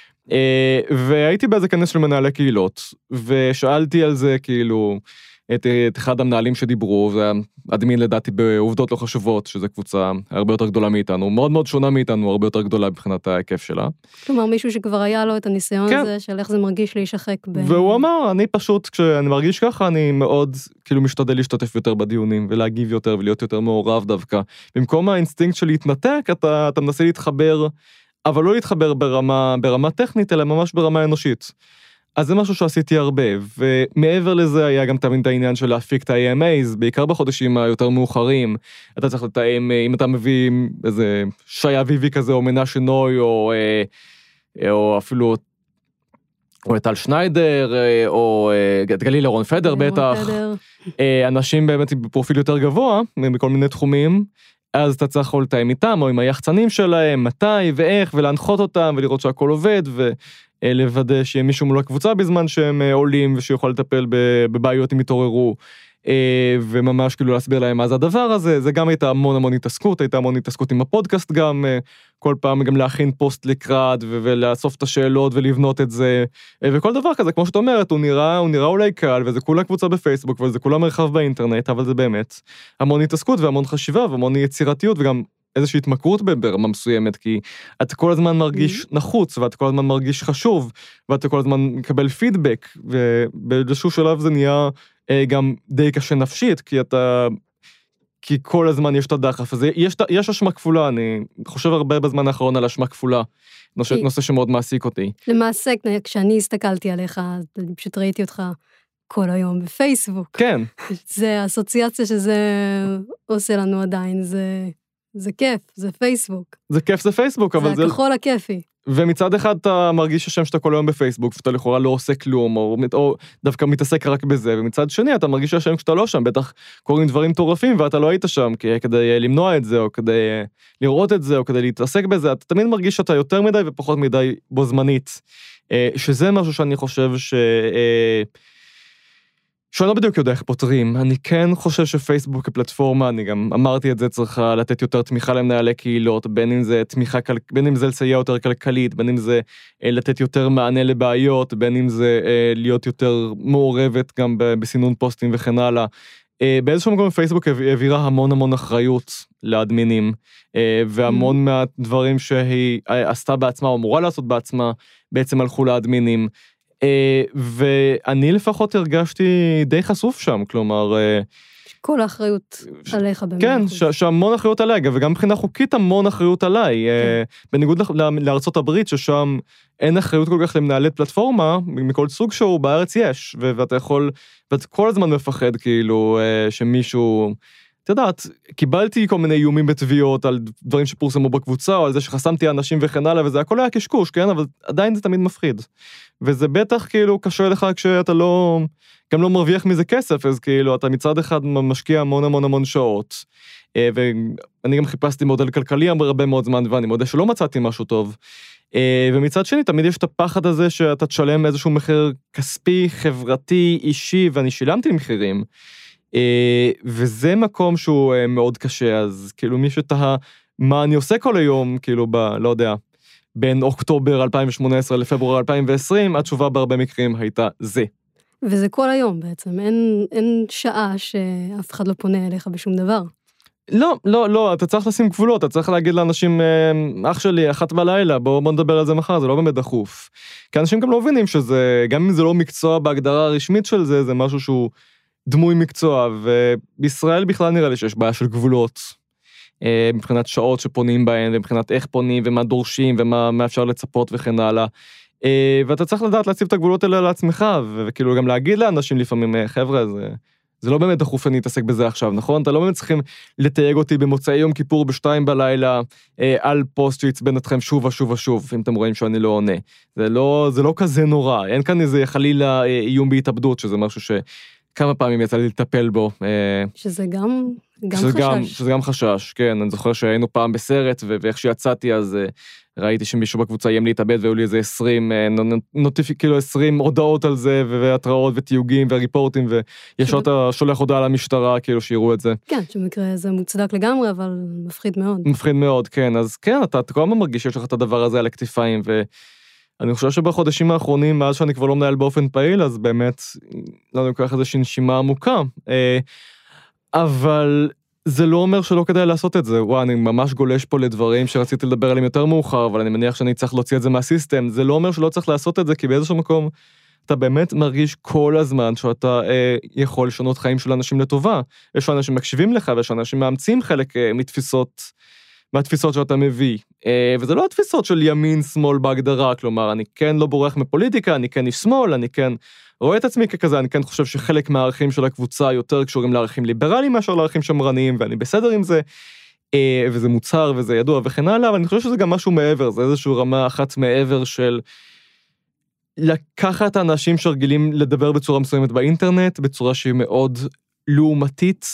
והייתי באיזה כנס של מנהלי קהילות, ושאלתי על זה, כאילו, את, את אחד המנהלים שדיברו, זה אדמין לדעתי בעובדות לא חשובות, שזו קבוצה הרבה יותר גדולה מאיתנו, מאוד מאוד שונה מאיתנו, הרבה יותר גדולה מבחינת ההיקף שלה. כלומר, מישהו שכבר היה לו את הניסיון כן. הזה, של איך זה מרגיש להישחק ב... והוא אמר, אני פשוט, כשאני מרגיש ככה, אני מאוד, כאילו, משתדל להשתתף יותר בדיונים, ולהגיב יותר, ולהיות יותר מעורב דווקא. במקום האינסטינקט של להתנתק, אתה, אתה מנסה להתחבר, אבל לא להתחבר ברמה, ברמה טכנית, אלא ממש ברמה אנושית. אז זה משהו שעשיתי הרבה, ומעבר לזה היה גם תמיד העניין של להפיק את ה-איי אם איז, בעיקר בחודשים היותר מאוחרים, אתה צריך לתאם, אם אתה מביא איזה שי אביבי כזה, או מנשה נוי, או, או אפילו, או טל שניידר, או את גליל רון פדר בטח, אנשים באמת בפרופיל יותר גבוה, בכל מיני תחומים, אז אתה צריך לתאם איתם, או עם היחצנים שלהם, מתי ואיך, ולהנחות אותם, ולראות שהכל עובד, ו... לוודא שיהיה מישהו מול הקבוצה בזמן שהם עולים, ושיכול לטפל בבעיות אם יתעוררו, וממש כאילו להסביר להם מה זה הדבר הזה. זה גם הייתה המון המון התעסקות, הייתה המון התעסקות עם הפודקאסט גם, כל פעם גם להכין פוסט לקראת, ולאסוף את השאלות ולבנות את זה, וכל דבר כזה, כמו שאת אומרת, הוא נראה, הוא נראה אולי קל, וזה כולה קבוצה בפייסבוק, וזה כולה מרחב באינטרנט, אבל זה באמת המון התעסקות והמון חשיבה, והמון יצירתיות, וגם איזושהי התמכרות ברמה מסוימת, כי אתה כל הזמן מרגיש נחוץ, ואתה כל הזמן מרגיש חשוב, ואתה כל הזמן מקבל פידבק, ובאיזשהו שלב זה נהיה גם די קשה נפשית, כי אתה, כי כל הזמן יש את הדחף הזה. יש, יש אשמה כפולה, אני חושב הרבה בזמן האחרון על אשמה כפולה, נושא, נושא שמאוד מעסיק אותי. למעשה, כשאני הסתכלתי עליך, אני פשוט ראיתי אותך כל היום בפייסבוק. כן. זה אסוציאציה שזה עושה לנו עדיין, זה, זה כיף, זה פייסבוק. זה כיף, זה פייסבוק, אבל זה... זה הכחול הכיפי. ומצד אחד אתה מרגיש השם שאתה כל היום בפייסבוק, ואתה לכאורה לא עושה כלום, או, או דווקא מתעסק רק בזה, ומצד שני אתה מרגיש השם כשאתה לא שם, בטח קוראים דברים טורפים, ואתה לא היית שם, כדי למנוע את זה, או כדי לראות את זה, או כדי להתעסק בזה, אתה תמיד מרגיש שאתה יותר מדי ופחות מדי בו זמנית, שזה משהו שאני חושב ש... שאני לא בדיוק יודע איך פותרים, אני כן חושב שפייסבוק כפלטפורמה, אני גם אמרתי את זה, צריכה לתת יותר תמיכה למנהלי קהילות, בין אם זה תמיכה, בין אם זה לסייע יותר כלכלית, בין אם זה לתת יותר מענה לבעיות, בין אם זה להיות יותר מעורבת גם בסינון פוסטים וכן הלאה. באיזשהו מקום פייסבוק העבירה המון המון אחריות לאדמינים, והמון מהדברים שהיא עשתה בעצמה, או אמורה לעשות בעצמה, בעצם הלכו לאדמינים. ואני לפחות הרגשתי די חשוף שם, כלומר... כל האחריות עליך באמת. כן, שהמון אחריות עליי, וגם מבחינה חוקית המון אחריות עליי, בניגוד לארצות הברית, ששם אין אחריות כל כך למנהלי פלטפורמה, מכל סוג שהוא בארץ יש, ואתה יכול, ואתה כל הזמן מפחד כאילו שמישהו... את יודעת, קיבלתי כל מיני איומים בתביעות על דברים שפורסמו בקבוצה, או על זה שחסמתי אנשים וכן הלאה, וזה הכל היה קשקוש, כן? אבל עדיין זה תמיד מפחיד. וזה בטח כאילו קשה לך כשאתה לא, גם לא מרוויח מזה כסף, אז כאילו אתה מצד אחד משקיע המון המון המון שעות, ואני גם חיפשתי מודל כלכלי הרבה מאוד זמן, ואני מודה שלא מצאתי משהו טוב. ומצד שני, תמיד יש את הפחד הזה שאתה תשלם איזשהו מחיר כספי, חברתי, אישי, ואני שילמתי מחירים. וזה מקום שהוא מאוד קשה, אז כאילו מי שתהה, מה אני עושה כל היום, כאילו ב, לא יודע, בין אוקטובר אלפיים שמונה עשרה לפברואר אלפיים ועשרים, התשובה בהרבה מקרים הייתה זה. וזה כל היום בעצם, אין, אין שעה שאף אחד לא פונה אליך בשום דבר. לא, לא, לא, אתה צריך לשים גבולות, אתה צריך להגיד לאנשים, אח שלי, אחת בלילה, בוא, בוא נדבר על זה מחר, זה לא באמת דחוף. כי אנשים גם לא מבינים שזה, גם אם זה לא מקצוע בהגדרה הרשמית של זה, זה משהו שהוא דמוי מקצוע, ובישראל בכלל נראה לי שיש בעיה של גבולות, מבחינת שעות שפונים בהן, ומבחינת איך פונים, ומה דורשים, ומה אפשר לצפות וכן הלאה. ואתה צריך לדעת להציב את הגבולות האלה לעצמך, וכאילו גם להגיד לאנשים לפעמים, חבר'ה, זה, זה לא באמת דחוף אני אתעסק בזה עכשיו, נכון? אתה לא באמת צריכים לתייג אותי במוצאי יום כיפור בשתיים בלילה, על פוסט שיצבן אתכם שוב ושוב ושוב, אם אתם רואים שאני לא עונה. זה לא, זה לא כזה נורא, אין כאן איזה חלילה איום בהתאבדות, שזה משהו ש... כמה פעמים יצא לי לטפל בו. שזה גם, גם שזה חשש. גם, שזה גם חשש, כן. אני זוכר שהיינו פעם בסרט, ואיך שיצאתי אז ראיתי שמישהו בקבוצה איים להתאבד, והיו לי איזה עשרים, נוטיפיק, כאילו עשרים הודעות על זה, והתראות ותיוגים וריפורטים, וישר אתה שולח הודעה למשטרה, כאילו שיראו את זה. כן, שמקרה זה מוצדק לגמרי, אבל מפחיד מאוד. מפחיד מאוד, כן. אז כן, אתה כל הזמן מרגיש שיש לך את הדבר הזה על הכתפיים, ו... אני חושב שבחודשים האחרונים, מאז שאני כבר לא מנהל באופן פעיל, אז באמת, לא ניקח איזושהי נשימה עמוקה. אבל זה לא אומר שלא כדאי לעשות את זה. וואי, אני ממש גולש פה לדברים שרציתי לדבר עליהם יותר מאוחר, אבל אני מניח שאני צריך להוציא את זה מהסיסטם. זה לא אומר שלא צריך לעשות את זה, כי באיזשהו מקום אתה באמת מרגיש כל הזמן שאתה יכול לשנות חיים של אנשים לטובה. יש אנשים מקשיבים לך, ויש אנשים מאמצים חלק מתפיסות, מהתפיסות שאתה מביא. וזה לא התפיסות של ימין, שמאל בהגדרה, כלומר, אני כן לא בורח מפוליטיקה, אני כן איש שמאל, אני כן רואה את עצמי ככזה, אני כן חושב שחלק מהערכים של הקבוצה יותר קשורים לערכים ליברליים מאשר לערכים שמרניים, ואני בסדר עם זה, וזה מוצר וזה ידוע וכן הלאה, אבל אני חושב שזה גם משהו מעבר, זה איזושהי רמה אחת מעבר של לקחת אנשים שרגילים לדבר בצורה מסוימת באינטרנט, בצורה שהיא מאוד לעומתית,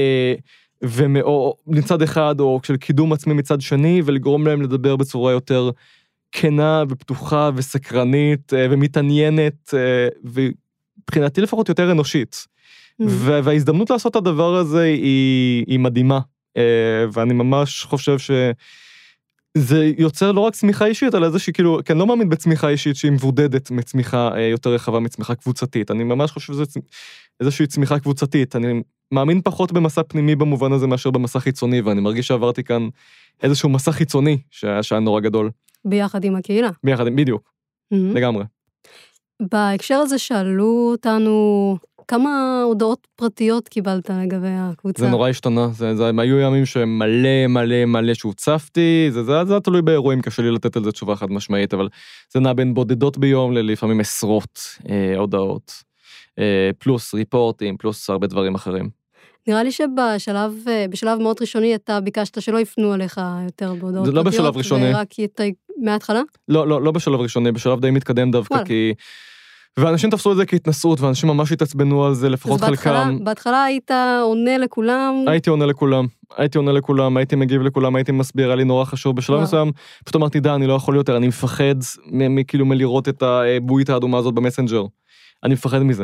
ומצד אחד, או של קידום עצמי מצד שני, ולגרום להם לדבר בצורה יותר כנה ופתוחה וסקרנית ומתעניינת, ובחינתי לפחות יותר אנושית. וההזדמנות לעשות את הדבר הזה היא, היא מדהימה, ואני ממש חושב שזה יוצר לא רק צמיחה אישית, אלא איזושהי, כאילו, כי אני לא מאמין בצמיחה אישית שהיא מבודדת מצמיחה יותר רחבה, מצמיחה קבוצתית. אני ממש חושב שזה איזושהי צמיחה קבוצתית. אני מאמין פחות במסע פנימי במובן הזה מאשר במסע חיצוני, ואני מרגיש שעברתי כאן איזשהו מסע חיצוני שהיה, שהיה נורא גדול. ביחד עם הקהילה. ביחד, בדיוק, mm-hmm. לגמרי. בהקשר הזה שאלו אותנו כמה הודעות פרטיות קיבלת לגבי הקבוצה? זה נורא השתנה, זה, זה, היו ימים שמלא מלא מלא שהוצפתי, זה, זה, זה תלוי באירועים, קשה לי לתת על זה תשובה חד משמעית, אבל זה נע בין בודדות ביום ללפעמים עשרות אה, הודעות, אה, פלוס ריפורטים, פלוס הרבה דברים אחרים. נראה לי שבשלב, בשלב מאוד ראשוני, אתה ביקשת שלא יפנו עליך יותר בהודעות פרטיות. זה לא בשלב ראשוני. ורק מההתחלה? לא, לא, לא בשלב ראשוני, בשלב די מתקדם דווקא, וואלה. כי... ואנשים תפסו את זה כהתנסות, ואנשים ממש התעצבנו על זה, לפחות בהתחלה, חלקם. אז בהתחלה היית עונה לכולם? הייתי עונה לכולם, הייתי עונה לכולם, הייתי מגיב לכולם, הייתי מסביר, היה לי נורא חשוב. בשלב מסוים, פשוט אמרתי, די, אני לא יכול יותר, אני מפחד מכאילו מלראות את הבועית האדומה הזאת במסנג'ר. אני מפחד מזה.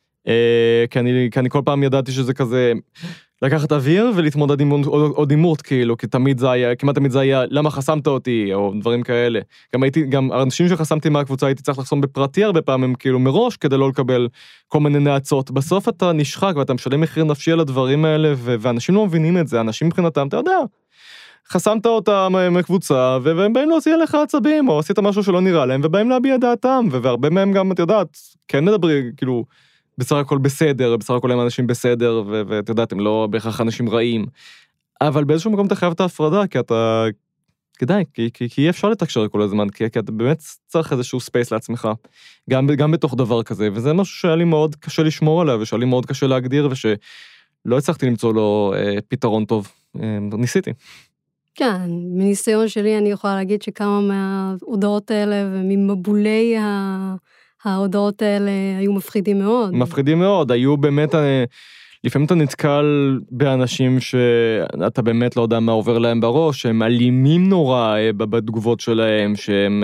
כי אני, כי אני כל פעם ידעתי שזה כזה, לקחת אוויר ולהתמודד עם עוד עימות, כאילו, כי תמיד זה היה, כמעט תמיד זה היה, למה חסמת אותי, או דברים כאלה. גם הייתי, גם האנשים שחסמתי מהקבוצה, הייתי צריך לחסום בפרטי הרבה פעמים, כאילו, מראש, כדי לא לקבל כל מיני נעצות. בסוף אתה נשחק, ואתה משלם מחיר נפשי על הדברים האלה, ואנשים לא מבינים את זה, אנשים מבחינתם, אתה יודע, חסמת אותם מקבוצה, והם באים להוציא עליך עצבים, או עשית משהו שלא נראה להם, ובאים להביע דעתם, והרבה מהם גם, את יודעת, כן מדברים, כאילו, בסך הכל בסדר, בסך הכל הם אנשים בסדר, ואתה יודעת, הם לא בהכרח אנשים רעים. אבל באיזשהו מקום אתה חייב את ההפרדה, כי אתה, כדאי, כי, כי, כי אי אפשר לתקשר כל הזמן, כי, כי אתה באמת צריך איזשהו ספייס לעצמך, גם, גם בתוך דבר כזה, וזה משהו שהיה לי מאוד קשה לשמור עליו, ושהיה לי מאוד קשה להגדיר, ושלא הצלחתי למצוא לו אה, פתרון טוב. אה, ניסיתי. כן, מניסיון שלי אני יכולה להגיד שכמה מההודעות האלה, וממבולי ה... ההודעות האלה היו מפחידים מאוד. מפחידים מאוד, היו באמת, לפעמים אתה נתקל באנשים שאתה באמת לא יודע מה עובר להם בראש, שהם אלימים נורא בתגובות שלהם, שהם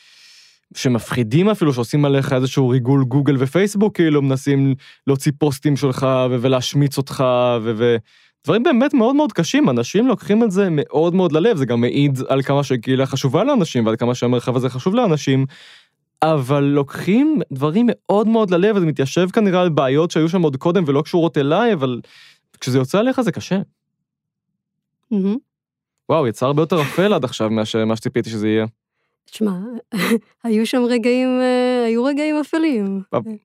שמפחידים אפילו, שעושים עליך איזשהו ריגול גוגל ופייסבוק, כאילו מנסים להוציא פוסטים שלך ולהשמיץ אותך, ודברים באמת מאוד מאוד קשים, אנשים לוקחים את זה מאוד מאוד ללב, זה גם מעיד על כמה שקהילה חשובה לאנשים, ועל כמה שהמרחב הזה חשוב לאנשים, אבל לוקחים דברים מאוד מאוד ללב, וזה מתיישב כנראה על בעיות שהיו שם עוד קודם ולא קשורות אליי, אבל כשזה יוצא עליך זה קשה. Mm-hmm. וואו, יצא הרבה יותר אפל עד עכשיו מה שציפיתי שזה יהיה. תשמע, היו שם רגעים, היו רגעים אפלים.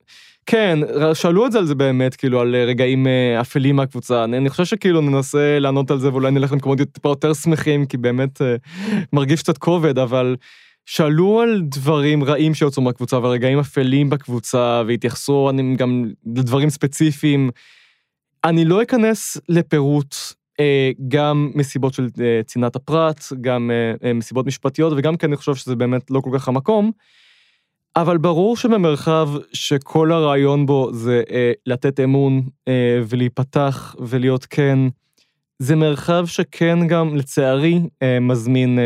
כן, שאלו את זה על זה באמת, כאילו, על רגעים אפלים מהקבוצה. אני חושב שכאילו ננסה לענות על זה, ואולי נלך למקומות טיפה יותר שמחים, כי באמת מרגיש קצת כובד, אבל שאלו על דברים רעים שיוצאו מהקבוצה, ורגעים אפלים בקבוצה, והתייחסו גם לדברים ספציפיים. אני לא אכנס לפירוט, גם מסיבות של צנעת הפרט, גם מסיבות משפטיות, וגם כי אני חושב שזה באמת לא כל כך המקום, אבל ברור שבמרחב שכל הרעיון בו זה לתת אמון ולהיפתח ולהיות כן, זה מרחב שכן גם לצערי מזמין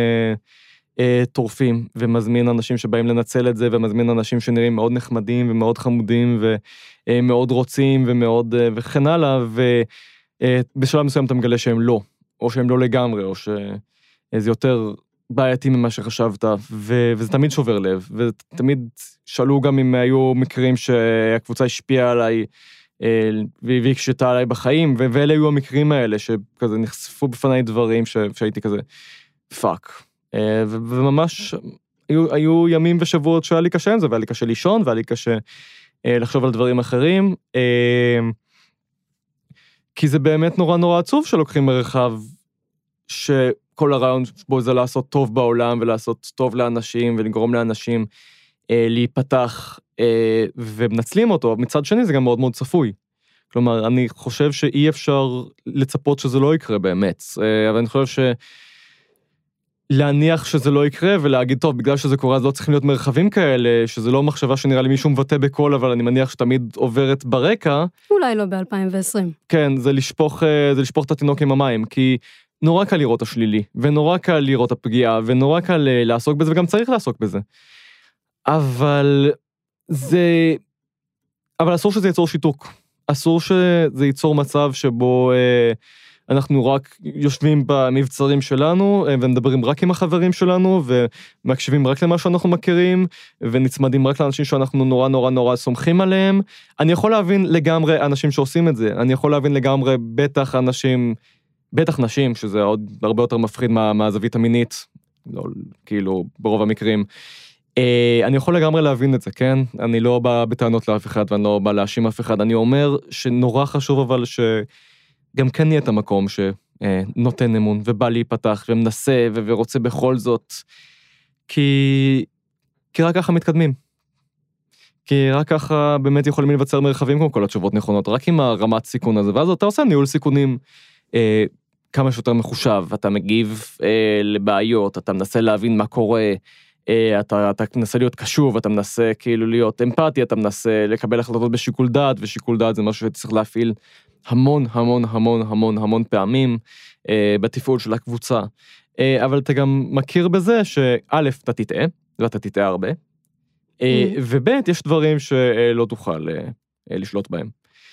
טורפים, ומזמין אנשים שבאים לנצל את זה, ומזמין אנשים שנראים מאוד נחמדים ומאוד חמודים ומאוד רוצים ומאוד וכן הלאה, ובשלב מסוים אתה מגלה שהם לא, או שהם לא לגמרי, או שזה יותר בעייתי ממה שחשבת, ו- וזה תמיד שובר לב, ותמיד שאלו גם אם היו מקרים שהקבוצה השפיעה עליי, והיא הקשתה עליי בחיים, ואלה היו המקרים האלה, שכזה נחשפו בפניי דברים ש- שהייתי כזה, פאק. ו- וממש היו, היו ימים ושבועות שהיה לי קשה עם זה, והיה לי קשה לישון, והיה לי קשה לחשוב על דברים אחרים, כי זה באמת נורא נורא עצוב שלוקחים מרחב שכל הרעיון בו זה לעשות טוב בעולם, ולעשות טוב לאנשים, ולגרום לאנשים אה, להיפתח, אה, ומנצלים אותו. מצד שני זה גם מאוד מאוד צפוי. כלומר, אני חושב שאי אפשר לצפות שזה לא יקרה באמת, אה, אבל אני חושב ש... להניח שזה לא יקרה, ולהגיד, טוב, בגלל שזה קורה, אז לא צריכים להיות מרחבים כאלה, שזה לא מחשבה שנראה לי מישהו מבטא בכל, אבל אני מניח שתמיד עוברת ברקע. אולי לא ב-אלפיים ועשרים. כן, זה לשפוך, זה לשפוך את התינוק עם המים, כי נורא קל לראות השלילי, ונורא קל לראות הפגיעה, ונורא קל לעסוק בזה, וגם צריך לעסוק בזה. אבל זה... אבל אסור שזה ייצור שיתוק. אסור שזה ייצור מצב שבו... אנחנו רק יושבים במבצרים שלנו, ומדברים רק עם החברים שלנו, ומקשיבים רק למה שאנחנו מכירים, ונצמדים רק לאנשים שאנחנו נורא נורא נורא סומכים עליהם. אני יכול להבין לגמרי אנשים שעושים את זה, אני יכול להבין לגמרי בטח אנשים, בטח נשים, שזה עוד הרבה יותר מפחיד מה, מהזווית המינית, לא, כאילו ברוב המקרים, אני יכול לגמרי להבין את זה, כן? אני לא בא בטענות לאף אחד, ואני לא בא להאשים אף אחד. אני אומר שנורא חשוב אבל שגם כן יהיה את המקום שנותן אמון, ובא להיפתח, ומנסה, ורוצה בכל זאת, כי, כי רק ככה מתקדמים. כי רק ככה באמת יכולים לבצר מרחבים כמו כל התשובות נכונות, רק עם הרמת סיכון הזה, ואז אתה עושה ניהול סיכונים אה, כמה שיותר מחושב, אתה מגיב אה, לבעיות, אתה מנסה להבין מה קורה, אה, אתה, אתה מנסה להיות קשוב, אתה מנסה כאילו להיות אמפתי, אתה מנסה לקבל החלטות בשיקול דעת, ושיקול דעת זה משהו שצריך להפעיל המון המון המון המון המון פעמים אה, בתפעול של הקבוצה, אה, אבל אתה גם מכיר בזה שא' אתה תטעה, ואתה תטעה הרבה, וב' יש דברים שלא תוכל לשלוט בהם.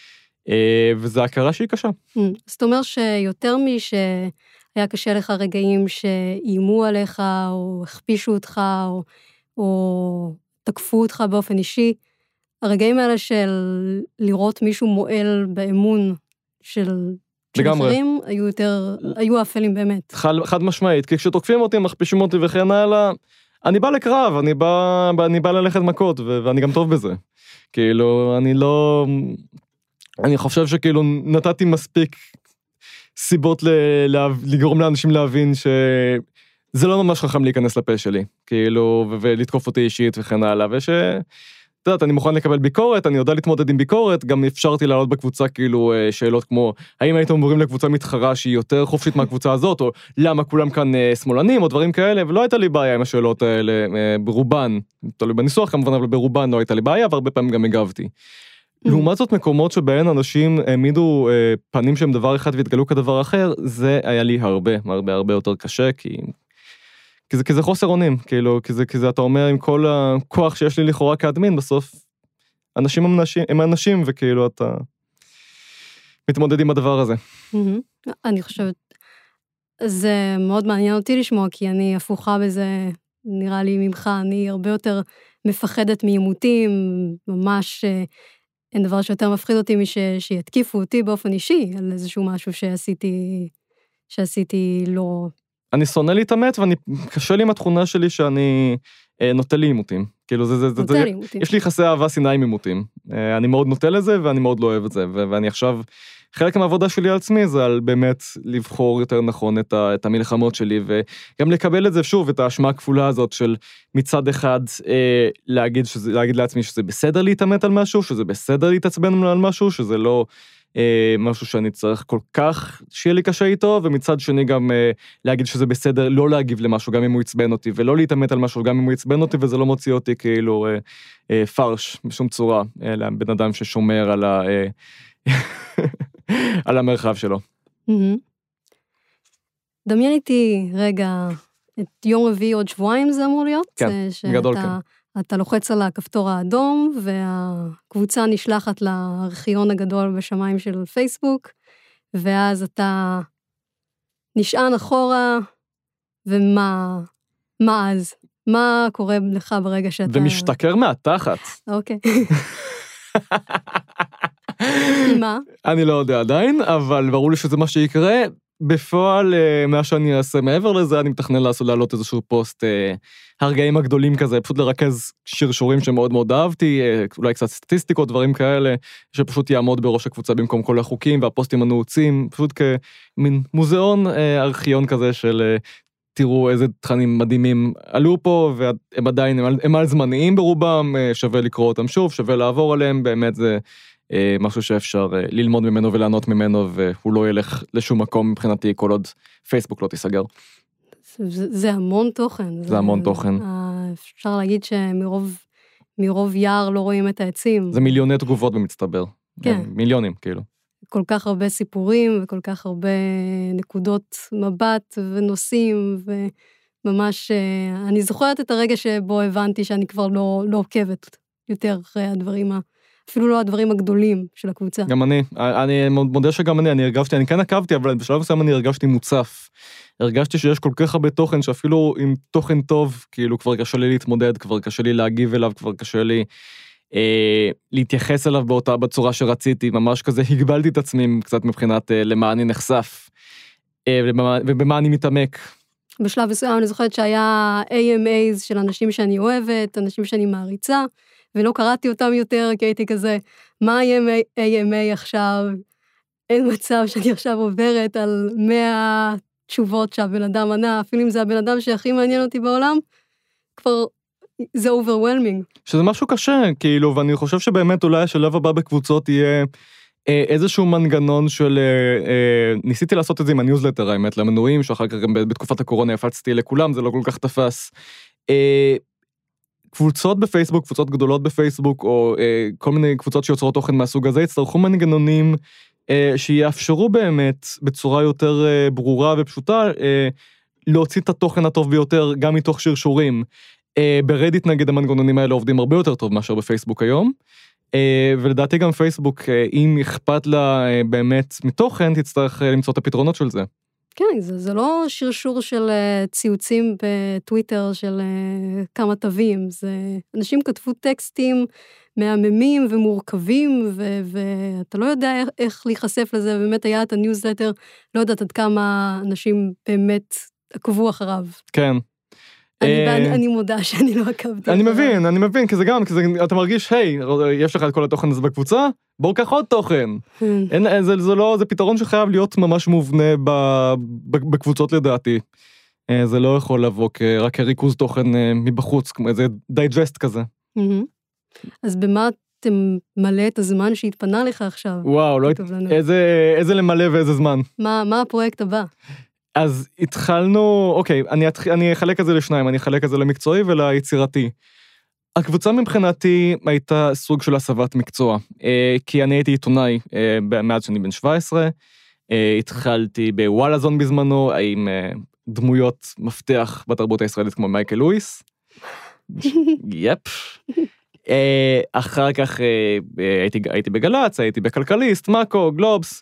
וזו הכרה שהיא קשה. זאת אומרת שיותר מי שהיה קשה לך רגעים שאיימו עליך, או הכפישו אותך, או, או תקפו אותך באופן אישי, הרגעים האלה של לראות מישהו מועל באמון של... אחרים היו יותר, היו אפלים באמת. חד, חד משמעית, כי כשתוקפים אותי, מכפישים אותי וכן הלאה, אני בא לקרב, אני בא, אני בא ללכת מכות, ו- ואני גם טוב בזה. כאילו, אני לא... אני חושב שכאילו נתתי מספיק סיבות ל- לה- לגרום לאנשים להבין שזה לא ממש חכם להיכנס לפה שלי, כאילו, ו- ולתקוף אותי אישית וכן הלאה, וש... את יודעת, אני מוכן לקבל ביקורת, אני יודע להתמודד עם ביקורת, גם אפשרתי לעלות בקבוצה כאילו שאלות כמו, האם הייתם אומרים לקבוצה מתחרה שהיא יותר חופשית מהקבוצה הזאת, או למה כולם כאן שמאלנים, או דברים כאלה, ולא הייתה לי בעיה עם השאלות האלה, ברובן, תלוי בניסוח כמובן, אבל ברובן לא הייתה לי בעיה, והרבה פעמים גם הגבתי. לעומת זאת מקומות שבהן אנשים העמידו פנים שהם דבר אחד והתגלו כדבר אחר, זה היה לי הרבה, הרבה הרבה יותר קשה, כי... כי זה, כי זה חוסר אונים, כאילו, כי זה, כי זה, אתה אומר, עם כל הכוח שיש לי לכאורה כאדמין, בסוף, אנשים הם אנשים, הם אנשים, וכאילו, אתה מתמודד עם הדבר הזה. אני חושבת, זה מאוד מעניין אותי לשמוע, כי אני הפוכה בזה, נראה לי ממך, אני הרבה יותר מפחדת מעימותים, ממש, אין דבר שיותר מפחיד אותי משיתקיפו אותי באופן אישי, על איזשהו משהו שעשיתי, שעשיתי לא... אני שונא להתאמת, ואני קשה לי עם התכונה שלי שאני אה, נוטה לי עימותים. כאילו, זה, זה, זה, זה, יש לי יחסי אהבה סיני עם עימותים. אה, אני מאוד נוטה לזה, ואני מאוד לא אוהב את זה. ו- ואני עכשיו, חלק מהעבודה שלי על עצמי, זה על באמת לבחור יותר נכון את, ה- את המלחמות שלי, וגם לקבל את זה, שוב, את האשמה הכפולה הזאת של מצד אחד, אה, להגיד, שזה, להגיד לעצמי שזה בסדר להתאמת על משהו, שזה בסדר להתעצבן על משהו, שזה לא... משהו שאני צריך כל כך שיהיה לי קשה איתו, ומצד שני גם להגיד שזה בסדר לא להגיב למשהו, גם אם הוא יצבן אותי, ולא להתאמת על משהו, גם אם הוא יצבן אותי, וזה לא מוציא אותי כאילו פרש בשום צורה, בן אדם ששומר על, ה... על המרחב שלו. דמיין איתי רגע, את יום רביעי עוד שבועיים זה אמור להיות? כן, בגדול כן. אתה לוחץ על הכפתור האדום, והקבוצה נשלחת לארכיון הגדול בשמיים של פייסבוק, ואז אתה נשען אחורה, ומה מה אז? מה קורה לך ברגע שאתה... ומשתכר מהתחת. אוקיי. מה? אני לא יודע עדיין, אבל ברור לי שזה מה שיקרה. בפועל, מה שאני אעשה מעבר לזה, אני מתכנן לעשות, לעלות איזשהו פוסט, הרגעים הגדולים כזה, פשוט לרכז שרשורים שמאוד מאוד אהבתי, אולי קצת סטטיסטיקות, דברים כאלה, שפשוט יעמוד בראש הקבוצה במקום כל החוקים, והפוסטים הנעוצים, פשוט כמין מוזיאון, ארכיון כזה של, תראו איזה תכנים מדהימים עלו פה, והם עדיין, הם על זמניים ברובם, שווה לקרוא אותם שוב, שווה לעבור עליהם, באמת זה... משהו שאפשר ללמוד ממנו ולענות ממנו, והוא לא ילך לשום מקום מבחינתי, כל עוד פייסבוק לא תיסגר. זה, זה המון תוכן. זה, זה המון תוכן. אפשר להגיד שמרוב מרוב יער לא רואים את העצים. זה מיליוני תגובות במצטבר. כן. מיליונים, כאילו. כל כך הרבה סיפורים, וכל כך הרבה נקודות מבט ונושאים, וממש, אני זוכרת את הרגע שבו הבנתי שאני כבר לא, לא עוקבת יותר אחרי הדברים ה... אפילו לא הדברים הגדולים של הקבוצה. גם אני, אני מודה שגם אני, אני הרגשתי, אני כן עקבתי, אבל בשלב מסוים אני הרגשתי מוצף. הרגשתי שיש כל כך הרבה תוכן, שאפילו עם תוכן טוב, כאילו כבר קשה לי להתמודד, כבר קשה לי להגיב אליו, כבר קשה לי אה, להתייחס אליו באותה בצורה שרציתי, ממש כזה הגבלתי את עצמי קצת מבחינת אה, למה אני נחשף, אה, ובמה, ובמה אני מתעמק. בשלב מסוים אני זוכרת שהיה איי אם איז של אנשים שאני אוהבת, אנשים שאני מעריצה, ולא קראתי אותם יותר, כי הייתי כזה, מה איי אם איי עכשיו? אין מצב שאני עכשיו עוברת על מאה תשובות שהבן אדם ענה, אפילו אם זה הבן אדם שהכי מעניין אותי בעולם, כבר זה overwhelming. שזה משהו קשה, כאילו, ואני חושב שבאמת אולי השלב הבא בקבוצות יהיה אה, איזשהו מנגנון של, אה, אה, ניסיתי לעשות את זה עם הניוזלטר, האמת, למנויים, שאחר כך גם בתקופת הקורונה הפצתי לכולם, זה לא כל כך תפס. אה, קבוצות בפייסבוק, קבוצות גדולות בפייסבוק, או אה, כל מיני קבוצות שיוצרות תוכן מהסוג הזה, יצטרכו מנגנונים אה, שיאפשרו באמת, בצורה יותר אה, ברורה ופשוטה, אה, להוציא את התוכן הטוב ביותר, גם מתוך שרשורים. אה, ברדיט נגד המנגנונים האלה עובדים הרבה יותר טוב מאשר בפייסבוק היום, אה, ולדעתי גם פייסבוק, אה, אם אכפת לה אה, באמת מתוכן, תצטרך אה, למצוא את הפתרונות של זה. כן, זה, זה לא שרשור של ציוצים בטוויטר של כמה תווים, זה אנשים כתבו טקסטים מהממים ומורכבים, ו, ואתה לא יודע איך, איך להיחשף לזה, באמת היה את הניוזלטר, לא יודעת עד כמה אנשים באמת עקבו אחריו. כן. אני, אני, אני מודה שאני לא עקבתי. אני מבין, אני מבין, כי זה גם, כי זה, אתה מרגיש, היי, יש לך את כל התוכן הזה בקבוצה, בואו קח עוד תוכן. אין, זה, זה לא, זה פתרון שחייב להיות ממש מובנה ב, ב, בקבוצות לדעתי. זה לא יכול לבוא רק כריכוז תוכן מבחוץ, כמו איזה דייג'סט כזה. אז במה אתם מלא את הזמן שהתפנה לך עכשיו? וואו, לא, איזה, איזה למלא ואיזה זמן. מה, מה הפרויקט הבא? אז התחלנו, אוקיי, אני, אני אחלק את זה לשניים, אני אחלק את זה למקצועי וליצירתי. הקבוצה מבחינתי הייתה סוג של הסבת מקצוע, כי אני הייתי עיתונאי מאז שאני בן שבע עשרה, התחלתי בוואלאזון בזמנו, עם דמויות מפתח בתרבות הישראלית כמו מייקל לואיס, יפ. אחר כך הייתי, הייתי בגלץ, הייתי בכלכליסט, מאקו, גלובס,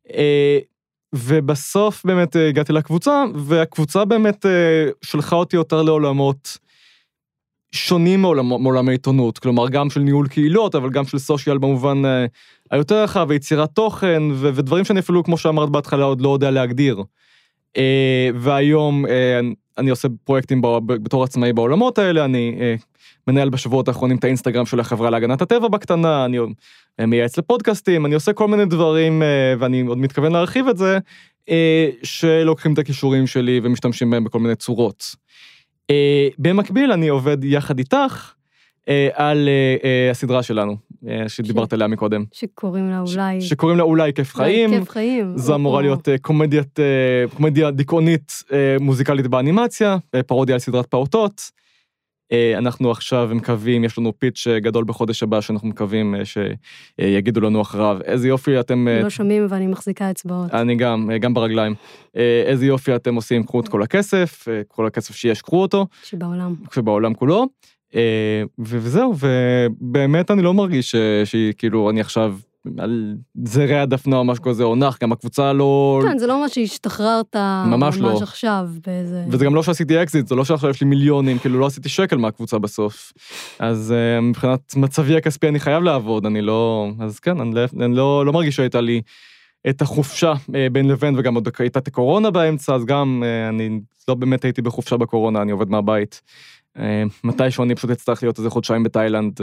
ובסוף באמת הגעתי לקבוצה, והקבוצה באמת שלחה אותי יותר לעולמות שונים מעולם העיתונות, כלומר גם של ניהול קהילות, אבל גם של סושיאל במובן היותר רחב, ויצירת תוכן, ודברים שאני אפילו, כמו שאמרת בהתחלה, עוד לא יודע להגדיר. והיום אני עושה פרויקטים בתור עצמאי בעולמות האלה, אני מנהל בשבועות האחרונים את האינסטגרם של החברה להגנת הטבע בקטנה, אני מייעץ לפודקאסטים, אני עושה כל מיני דברים, ואני עוד מתכוון להרחיב את זה, שלוקחים את הכישורים שלי ומשתמשים בהם בכל מיני צורות. במקביל אני עובד יחד איתך על הסדרה שלנו, שדיברת עליה מקודם. שקוראים לה אולי... שקוראים לה אולי כיף חיים. כיף חיים. זו אמורה להיות קומדיה דיכאונית מוזיקלית באנימציה, פרודיה על סדרת פעוטות. אנחנו עכשיו מקווים, יש לנו פיץ' גדול בחודש הבא, שאנחנו מקווים שיגידו לנו אחריו. איזה יופי אתם... לא שומעים ואני מחזיקה אצבעות. אני גם, גם ברגליים. איזה יופי אתם עושים, קחו את כל הכסף, כל הכסף שיש, קחו אותו. שבעולם. שבעולם כולו. וזהו, ובאמת אני לא מרגיש שכאילו אני עכשיו על זרי הדפנה או משהו כזה, או נח, גם הקבוצה לא... כן, זה לא מה שהשתחררת ממש, ממש עכשיו באיזה... וזה גם לא שעשיתי אקזיט, זה לא שעכשיו יש לי מיליונים, כאילו לא עשיתי שקל מהקבוצה בסוף. אז מבחינת מצבי הכספי אני חייב לעבוד, אני לא... אז כן, אני, אני לא, לא מרגיש שהייתה לי את החופשה בין לבין, וגם עוד הייתה את הקורונה באמצע, אז גם אני לא באמת הייתי בחופשה בקורונה, אני עובד מהבית. מתישהו אני פשוט אצטרך להיות איזה חודשיים בתאילנד.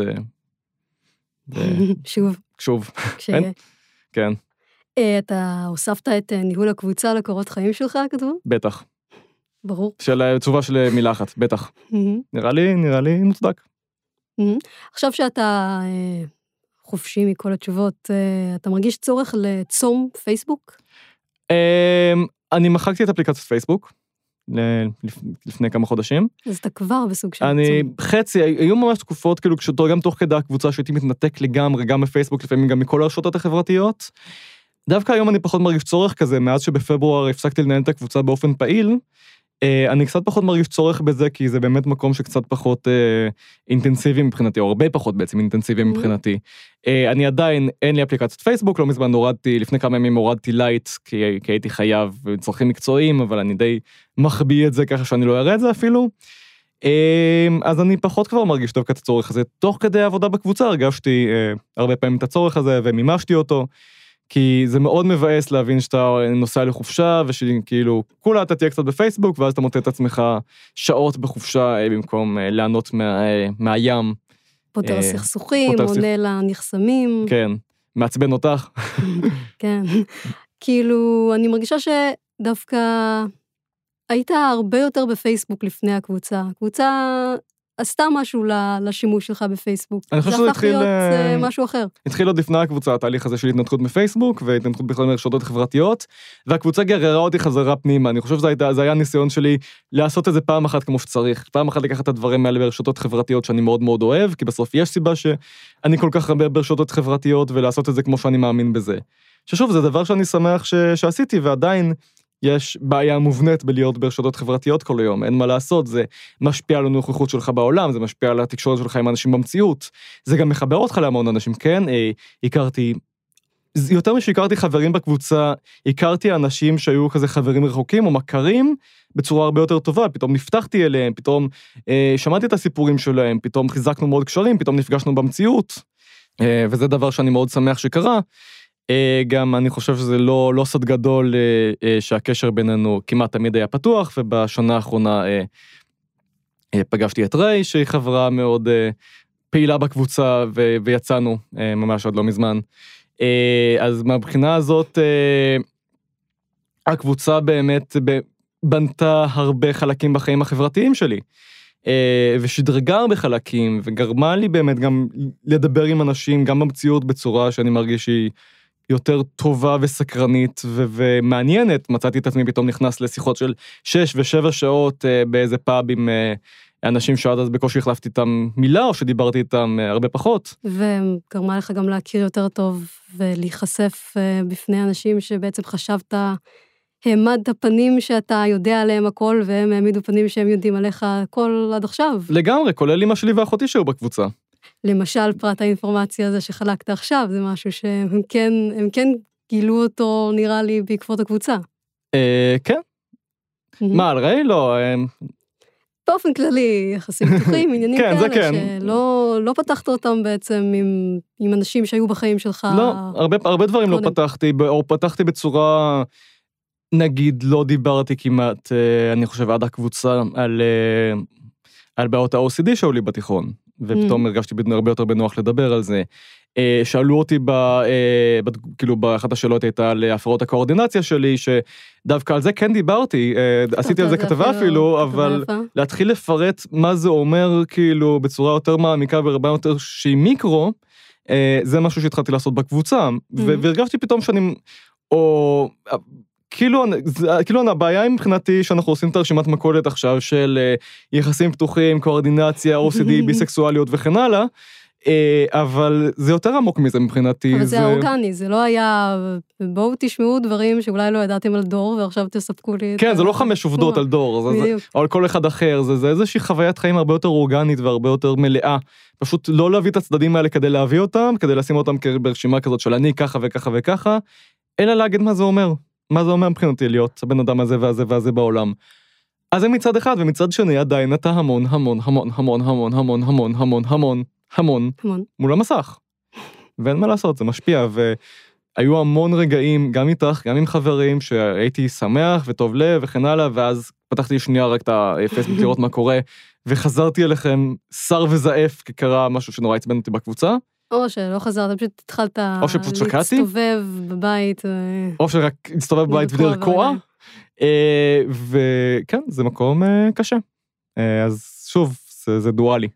שוב. שוב. כשיהיה. כן. אתה הוספת את ניהול הקבוצה לקורות חיים שלך, כתוב? בטח. ברור. של תשובה של מילה אחת, בטח. נראה לי, נראה לי מוצדק. עכשיו שאתה חופשי מכל התשובות, אתה מרגיש צורך לצום פייסבוק? אני מחקתי את אפליקציית פייסבוק. לפני כמה חודשים. אז אתה כבר בסוג של... אני חצי, היו ממש תקופות, כאילו, גם תוך כדי הקבוצה שהייתי מתנתק לגמרי, גם בפייסבוק, לפעמים גם מכל הרשתות החברתיות. דווקא היום אני פחות מרגיש צורך כזה, מאז שבפברואר הפסקתי לנהל את הקבוצה באופן פעיל, אני קצת פחות מרגיש צורך בזה, כי זה באמת מקום שקצת פחות אינטנסיבי מבחינתי, או הרבה פחות בעצם אינטנסיבי מבחינתי. אני עדיין, אין לי אפליקציית פייסבוק, לא מזמן הורדתי, לפני כמה ימים הורדתי לייט, כי הייתי חייב צרכים מקצועיים, אבל אני די מחביא את זה ככה שאני לא אראה את זה אפילו. אז אני פחות כבר מרגיש דווקא את הצורך הזה. תוך כדי העבודה בקבוצה הרגשתי הרבה פעמים את הצורך הזה, ומימשתי אותו, כי זה מאוד מבאס להבין שאתה נוסע לחופשה, ושכאילו, כולה אתה תהיה קצת בפייסבוק, ואז אתה מוצא את עצמך שעות בחופשה, במקום לענות מה, מהים. פותר סכסוכים, עונה לנחסמים. כן, מעצבן אותך. כן, כאילו, אני מרגישה שדווקא היית הרבה יותר בפייסבוק לפני הקבוצה. הקבוצה עשתה משהו לשימוש שלך בפייסבוק. אני חושב שזה התחיל... זה הפך להיות משהו אחר. התחיל עוד לפני הקבוצה, התהליך הזה של התנתקות מפייסבוק, והתנתקות בכלל מרשתות חברתיות, והקבוצה גררה אותי חזרה פנימה. אני חושב שזה היה הניסיון שלי לעשות את זה פעם אחת כמו שצריך. פעם אחת לקחת את הדברים האלה ברשתות חברתיות שאני מאוד מאוד אוהב, כי בסוף יש סיבה שאני כל כך הרבה ברשתות חברתיות, ולעשות את זה כמו שאני מאמין בזה. ששוב, זה דבר שאני שמח ש... שעשיתי, ועדיין יש בעיה מובנית בלהיות ברשתות חברתיות כל היום, אין מה לעשות, זה משפיע על הנוכחות שלך בעולם, זה משפיע על התקשורת שלך עם אנשים במציאות, זה גם מחבר אותך להמון אנשים, כן? אה, הכרתי, יותר משהכרתי חברים בקבוצה, הכרתי אנשים שהיו כזה חברים רחוקים או מכרים, בצורה הרבה יותר טובה, פתאום נפתחתי אליהם, פתאום אה, שמעתי את הסיפורים שלהם, פתאום חיזקנו מאוד קשרים, פתאום נפגשנו במציאות, אה, וזה דבר שאני מאוד שמח שקרה, גם אני חושב שזה לא, לא סוד גדול שהקשר בינינו כמעט תמיד היה פתוח, ובשנה האחרונה פגשתי את ריי, שהיא חברה מאוד פעילה בקבוצה, ויצאנו ממש עוד לא מזמן. אז מהבחינה הזאת, הקבוצה באמת בנתה הרבה חלקים בחיים החברתיים שלי, ושדרגה הרבה חלקים, וגרמה לי באמת גם לדבר עם אנשים, גם במציאות בצורה שאני מרגיש שהיא יותר טובה וסקרנית ו- ומעניינת. מצאתי את עצמי פתאום נכנס לשיחות של שש ושבע שעות uh, באיזה פאב עם uh, אנשים שעד אז בקושי החלפתי איתם מילה, או שדיברתי איתם uh, הרבה פחות. וגרמה לך גם להכיר יותר טוב ולהיחשף uh, בפני אנשים שבעצם חשבת, העמדת פנים שאתה יודע עליהם הכל, והם העמידו פנים שהם יודעים עליך הכל עד עכשיו. לגמרי, כולל אמא שלי ואחותי שהיו בקבוצה. למשל, פרט האינפורמציה הזה שחלקת עכשיו, זה משהו שהם כן, הם כן גילו אותו, נראה לי, בעקבות הקבוצה. אה, כן. מה, על ראי? לא. באופן כללי, יחסים פתוחים, עניינים כאלה, שלא לא פתחת אותם בעצם עם, עם אנשים שהיו בחיים שלך. לא, הרבה, הרבה דברים לא פתחתי, או פתחתי בצורה, נגיד, לא דיברתי כמעט, אני חושב, עד הקבוצה, על, על בעיות ה-או סי די שהיו לי בתיכון. ופתאום הרגשתי הרבה יותר בנוח לדבר על זה. שאלו אותי, כאילו באחת השאלות הייתה על הפרעות הקואורדינציה שלי, שדווקא על זה כן דיברתי, עשיתי על זה כתבה אפילו, אבל להתחיל לפרט מה זה אומר, כאילו בצורה יותר מעמיקה ורבה יותר שהיא מיקרו, זה משהו שהתחלתי לעשות בקבוצה, והרגשתי פתאום שאני, או... כאילו, כאילו הבעיה מבחינתי שאנחנו עושים את הרשימת מכולת עכשיו של יחסים פתוחים, קואורדינציה, או סי די, ביסקסואליות וכן הלאה, אבל זה יותר עמוק מזה מבחינתי. אבל זה האורגני, זה לא היה, בואו תשמעו דברים שאולי לא ידעתם על דור, ועכשיו תספקו לי... כן, זה לא חמש עובדות על דור, או על כל אחד אחר, זה איזושהי חוויית חיים הרבה יותר אורגנית והרבה יותר מלאה. פשוט לא להביא את הצדדים האלה כדי להביא אותם, כדי לשים אותם ברשימה כזאת של אני ככה וככה וככה, אלא להגיד מה זה אומר. מה זה אומר מבחינתי להיות הבן אדם הזה והזה והזה בעולם. אז זה מצד אחד, ומצד שני עדיין אתה המון, המון, המון, המון, המון, המון, המון, המון, המון, המון, מול המסך. ואין מה לעשות, זה משפיע, והיו המון רגעים, גם איתך, גם עם חברים, שהייתי שמח וטוב לב וכן הלאה, ואז פתחתי שנייה רק את הפייסבוק לראות מה קורה, וחזרתי אליכם שר וזעף, כי קרה משהו שנורא עצבן אותי בקבוצה, או שלא חזרת, פשוט התחלת להסתובב בבית. או שרק להסתובב בבית ולרקוע. וכן, זה מקום קשה. אז שוב, זה דואלי.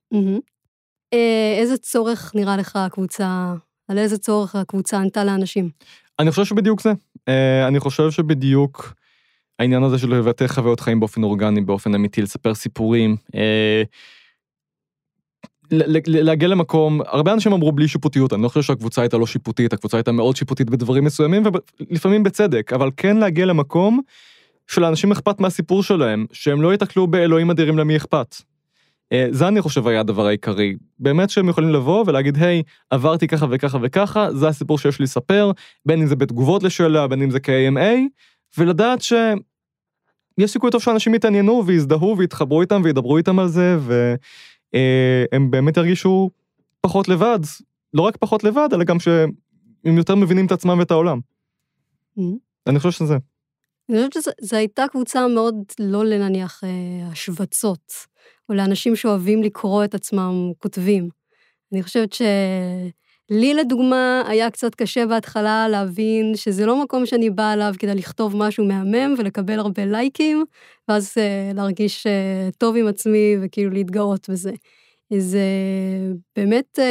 איזה צורך נראה לך הקבוצה, על איזה צורך הקבוצה ענתה לאנשים? אני חושב שבדיוק זה. אני חושב שבדיוק העניין הזה של לבטא חוויות חיים באופן אורגני, באופן אמיתי, לספר סיפורים, להגיע למקום, הרבה אנשים אמרו בלי שיפוטיות, אני לא חושב שהקבוצה הייתה לא שיפוטית, הקבוצה הייתה מאוד שיפוטית בדברים מסוימים, ולפעמים בצדק, אבל כן להגיע למקום שלאנשים אכפת מהסיפור שלהם, שהם לא יתקלו באלוהים אדירים למי אכפת. זה אני חושב היה הדבר העיקרי, באמת שהם יכולים לבוא ולהגיד, היי, עברתי ככה וככה וככה, זה הסיפור שיש לי לספר, בין אם זה בתגובות לשאלה, בין אם זה כ-איי אם איי, ולדעת שיש סיכוי טוב שאנשים יתעניינו ויזדהו ויתחברו איתם וידברו איתם על זה, ו... הם באמת הרגישו פחות לבד, לא רק פחות לבד, אלא גם הם יותר מבינים את עצמם ואת העולם. אני חושב שזה. אני חושבת שזו הייתה קבוצה מאוד לא לנניח השווצות, או לאנשים שאוהבים לקרוא את עצמם כותבים. אני חושבת שלי לדוגמה היה קצת קשה בהתחלה להבין שזה לא מקום שאני באה עליו כדי לכתוב משהו מהמם ולקבל הרבה לייקים, ואז להרגיש טוב עם עצמי וכאילו להתגאות בזה. זה באמת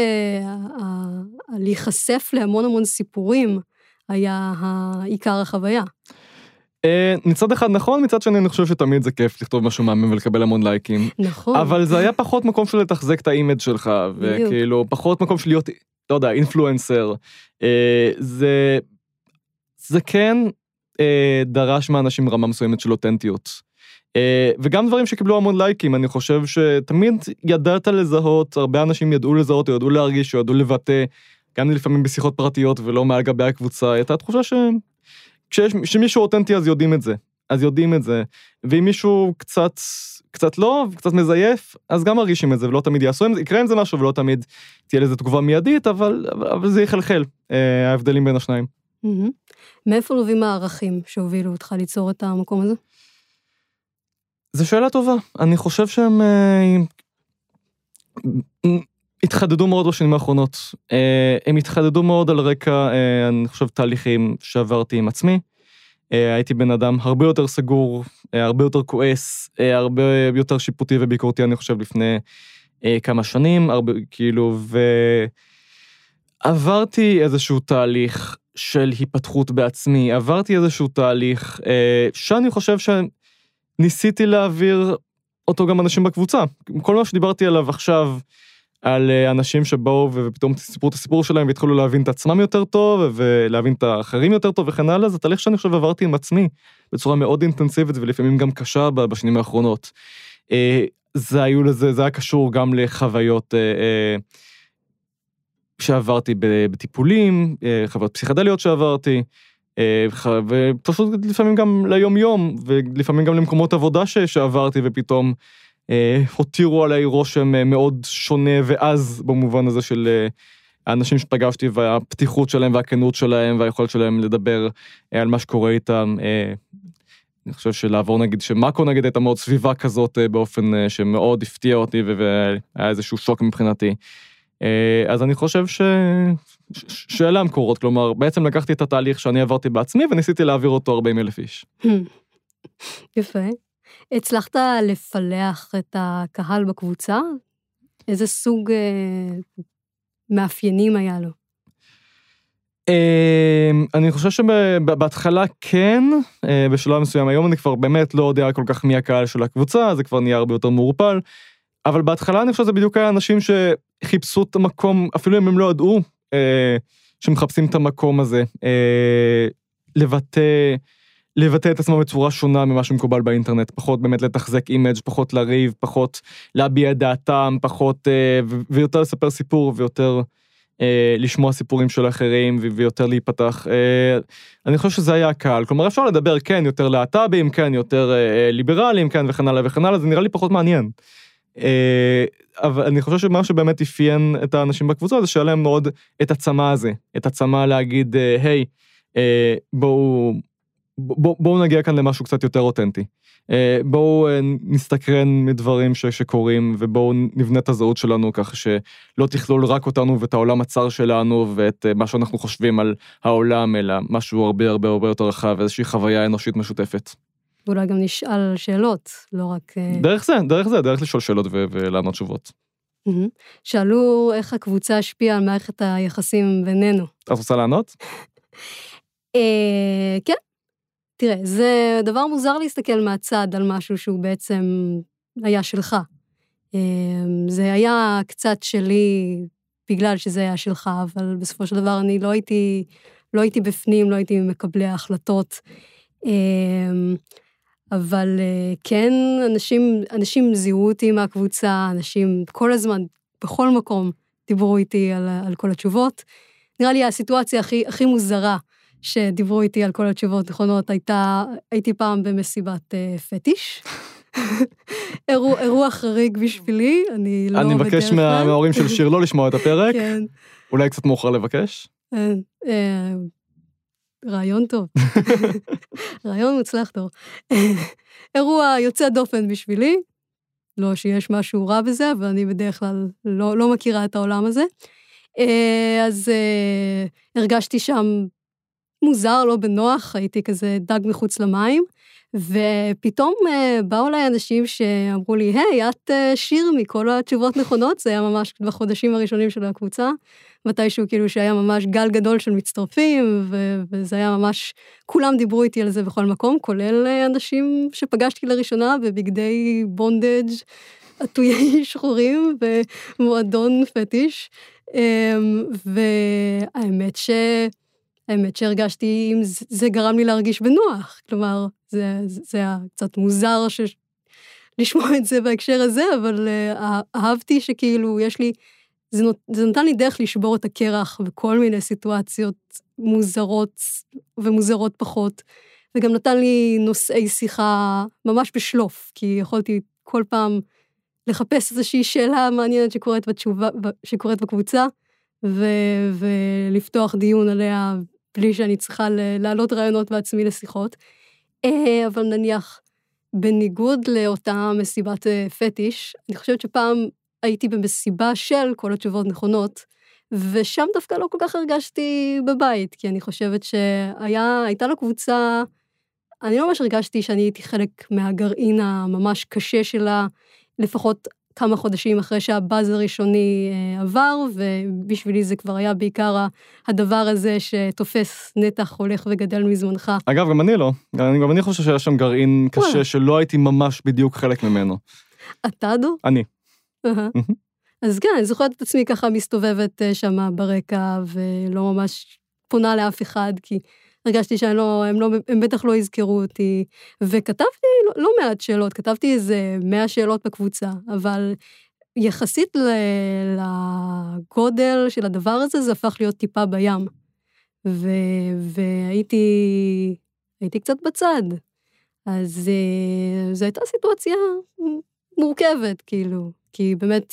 להיחשף להמון המון סיפורים היה העיקר החוויה. מצד אחד נכון, מצד שני אני חושב שתמיד זה כיף לכתוב משהו מהמם ולקבל המון לייקים. נכון. אבל זה היה פחות מקום של לתחזק את האימג' שלך, וכאילו פחות מקום של להיות, לא יודע, אינפלואנסר. זה, זה כן דרש מאנשים רמה מסוימת של אותנטיות. וגם דברים שקיבלו המון לייקים, אני חושב שתמיד ידעת לזהות, הרבה אנשים ידעו לזהות, ידעו להרגיש, ידעו לבטא, גם לפעמים בשיחות פרטיות ולא מעל גבי הקבוצה, הייתה תחושה ש... כשמישהו אותנטי אז יודעים את זה, אז יודעים את זה, ואם מישהו קצת, קצת לא, קצת מזייף, אז גם מרגישים את זה, ולא תמיד יעשו, יקרה עם זה משהו, ולא תמיד תהיה לזה תגובה מיידית, אבל, אבל זה יחלחל, ההבדלים בין השניים. מאיפה נובעים הערכים שהובילו אותך ליצור את המקום הזה? זו שאלה טובה, אני חושב שהם התחדדו מאוד בשנים האחרונות, הם התחדדו מאוד על רקע, אני חושב, תהליכים שעברתי עם עצמי, הייתי בן אדם הרבה יותר סגור, הרבה יותר כועס, הרבה יותר שיפוטי וביקורתי, אני חושב, לפני כמה שנים, הרבה, כאילו, ועברתי איזשהו תהליך של היפתחות בעצמי, עברתי איזשהו תהליך שאני חושב שניסיתי להעביר אותו גם אנשים בקבוצה, כל מה שדיברתי עליו עכשיו, על אנשים שבאו ופתאום סיפרו את הסיפור שלהם והתחילו להבין את עצמם יותר טוב ולהבין את האחרים יותר טוב וכן הלאה, זה תהליך שאני חושב עברתי עם עצמי בצורה מאוד אינטנסיבית ולפעמים גם קשה בשנים האחרונות. זה היו לזה, זה היה קשור גם לחוויות שעברתי בטיפולים, חוויות פסיכדליות שעברתי, ופשוט לפעמים גם ליום יום ולפעמים גם למקומות עבודה שעברתי ופתאום הותירו עליי רושם מאוד שונה ואז במובן הזה של האנשים שפגשתי והפתיחות שלהם והכנות שלהם והיכולת שלהם לדבר על מה שקורה איתם. אני חושב שלעבור נגיד שמאקו נגיד הייתה מאוד סביבה כזאת באופן שמאוד הפתיע אותי והיה איזשהו שוק מבחינתי. אז אני חושב ש... שאלה המקורות, כלומר בעצם לקחתי את התהליך שאני עברתי בעצמי וניסיתי להעביר אותו ארבעים אלף איש. יפה. הצלחת לפלח את הקהל בקבוצה? איזה סוג אה, מאפיינים היה לו? אה, אני חושב שבהתחלה כן, אה, בשלב מסוים היום אני כבר באמת לא יודע כל כך מי הקהל של הקבוצה, זה כבר נהיה הרבה יותר מעורפל, אבל בהתחלה אני חושב שזה בדיוק היה אנשים שחיפשו את המקום, אפילו אם הם לא ידעו, אה, שמחפשים את המקום הזה, אה, לבטא, לבטא את עצמם בצורה שונה ממה שמקובל באינטרנט, פחות באמת לתחזק אימג', פחות לריב, פחות להביע דעתם, פחות, ויותר לספר סיפור, ויותר לשמוע סיפורים של אחרים, ויותר להיפתח. אני חושב שזה היה הקהל, כלומר אפשר לדבר כן יותר להט"בים, כן יותר ליברליים, כן וכן הלאה וכן הלאה, זה נראה לי פחות מעניין. אבל אני חושב שמה שבאמת אפיין את האנשים בקבוצה, זה שהיה להם מאוד את הצמא הזה, את הצמא להגיד, היי, בואו, בואו בוא נגיע כאן למשהו קצת יותר אותנטי. בואו נסתקרן מדברים ש, שקורים, ובואו נבנה את הזהות שלנו כך שלא תכלול רק אותנו ואת העולם הצר שלנו, ואת מה שאנחנו חושבים על העולם, אלא משהו הרבה הרבה הרבה יותר רחב, איזושהי חוויה אנושית משותפת. ואולי גם נשאל שאלות, לא רק... דרך זה, דרך זה, דרך לשאול שאלות ו- ולענות תשובות. שאלו איך הקבוצה השפיעה על מערכת היחסים בינינו. את רוצה לענות? כן. תראה, זה דבר מוזר להסתכל מהצד על משהו שהוא בעצם היה שלך. זה היה קצת שלי בגלל שזה היה שלך, אבל בסופו של דבר אני לא הייתי, לא הייתי בפנים, לא הייתי מקבלי ההחלטות. אבל כן, אנשים, אנשים זיהו אותי מהקבוצה, אנשים כל הזמן, בכל מקום, דיברו איתי על, על כל התשובות. נראה לי הסיטואציה הכי, הכי מוזרה שדיברו איתי על כל התשובות נכונות, הייתה, הייתי פעם במסיבת uh, פטיש. אירוע, אירוע חריג בשבילי, אני לא אני מבקש מה, מההורים של שיר לא לשמוע את הפרק. כן. אולי קצת מאוחר לבקש. רעיון טוב. רעיון מוצלח טוב. אירוע יוצא דופן בשבילי, לא שיש משהו רע בזה, אבל אני בדרך כלל לא, לא מכירה את העולם הזה. אז הרגשתי שם מוזר, לא בנוח, הייתי כזה דג מחוץ למים, ופתאום באו אליי אנשים שאמרו לי, היי, את שיר מכל התשובות נכונות, זה היה ממש בחודשים הראשונים של הקבוצה, מתישהו כאילו שהיה ממש גל גדול של מצטרפים, ו- וזה היה ממש, כולם דיברו איתי על זה בכל מקום, כולל אנשים שפגשתי לראשונה בבגדי בונדג' עטויי שחורים ומועדון פטיש, והאמת ש... האמת שהרגשתי, אם זה גרם לי להרגיש בנוח, כלומר, זה, זה היה קצת מוזר ש... לשמוע את זה בהקשר הזה, אבל uh, אהבתי שכאילו יש לי, זה, נות, זה נתן לי דרך לשבור את הקרח בכל מיני סיטואציות מוזרות ומוזרות פחות, וגם נתן לי נושאי שיחה ממש בשלוף, כי יכולתי כל פעם לחפש איזושהי שאלה מעניינת שקורית בתשובה, שקורית בקבוצה, ו, ולפתוח דיון עליה בלי שאני צריכה להעלות רעיונות בעצמי לשיחות. אבל נניח, בניגוד לאותה מסיבת פטיש, אני חושבת שפעם הייתי במסיבה של כל התשובות נכונות, ושם דווקא לא כל כך הרגשתי בבית, כי אני חושבת שהייתה לו קבוצה, אני לא ממש הרגשתי שאני הייתי חלק מהגרעין הממש קשה שלה, לפחות כמה חודשים אחרי שהבאז הראשוני עבר, ובשבילי זה כבר היה בעיקר הדבר הזה שתופס נתח הולך וגדל מזמנך. אגב, גם אני לא. גם אני חושב שהיה שם גרעין קשה שלא הייתי ממש בדיוק חלק ממנו. אתה דו? אני. אז כן, אני זוכרת את עצמי ככה מסתובבת שם ברקע, ולא ממש פונה לאף אחד, כי הרגשתי שהם לא, הם לא, הם בטח לא יזכרו אותי, וכתבתי לא, לא מעט שאלות, כתבתי איזה מאה שאלות בקבוצה, אבל יחסית לגודל של הדבר הזה, זה הפך להיות טיפה בים, ו, והייתי, הייתי קצת בצד, אז זו הייתה סיטואציה מורכבת, כאילו, כי באמת,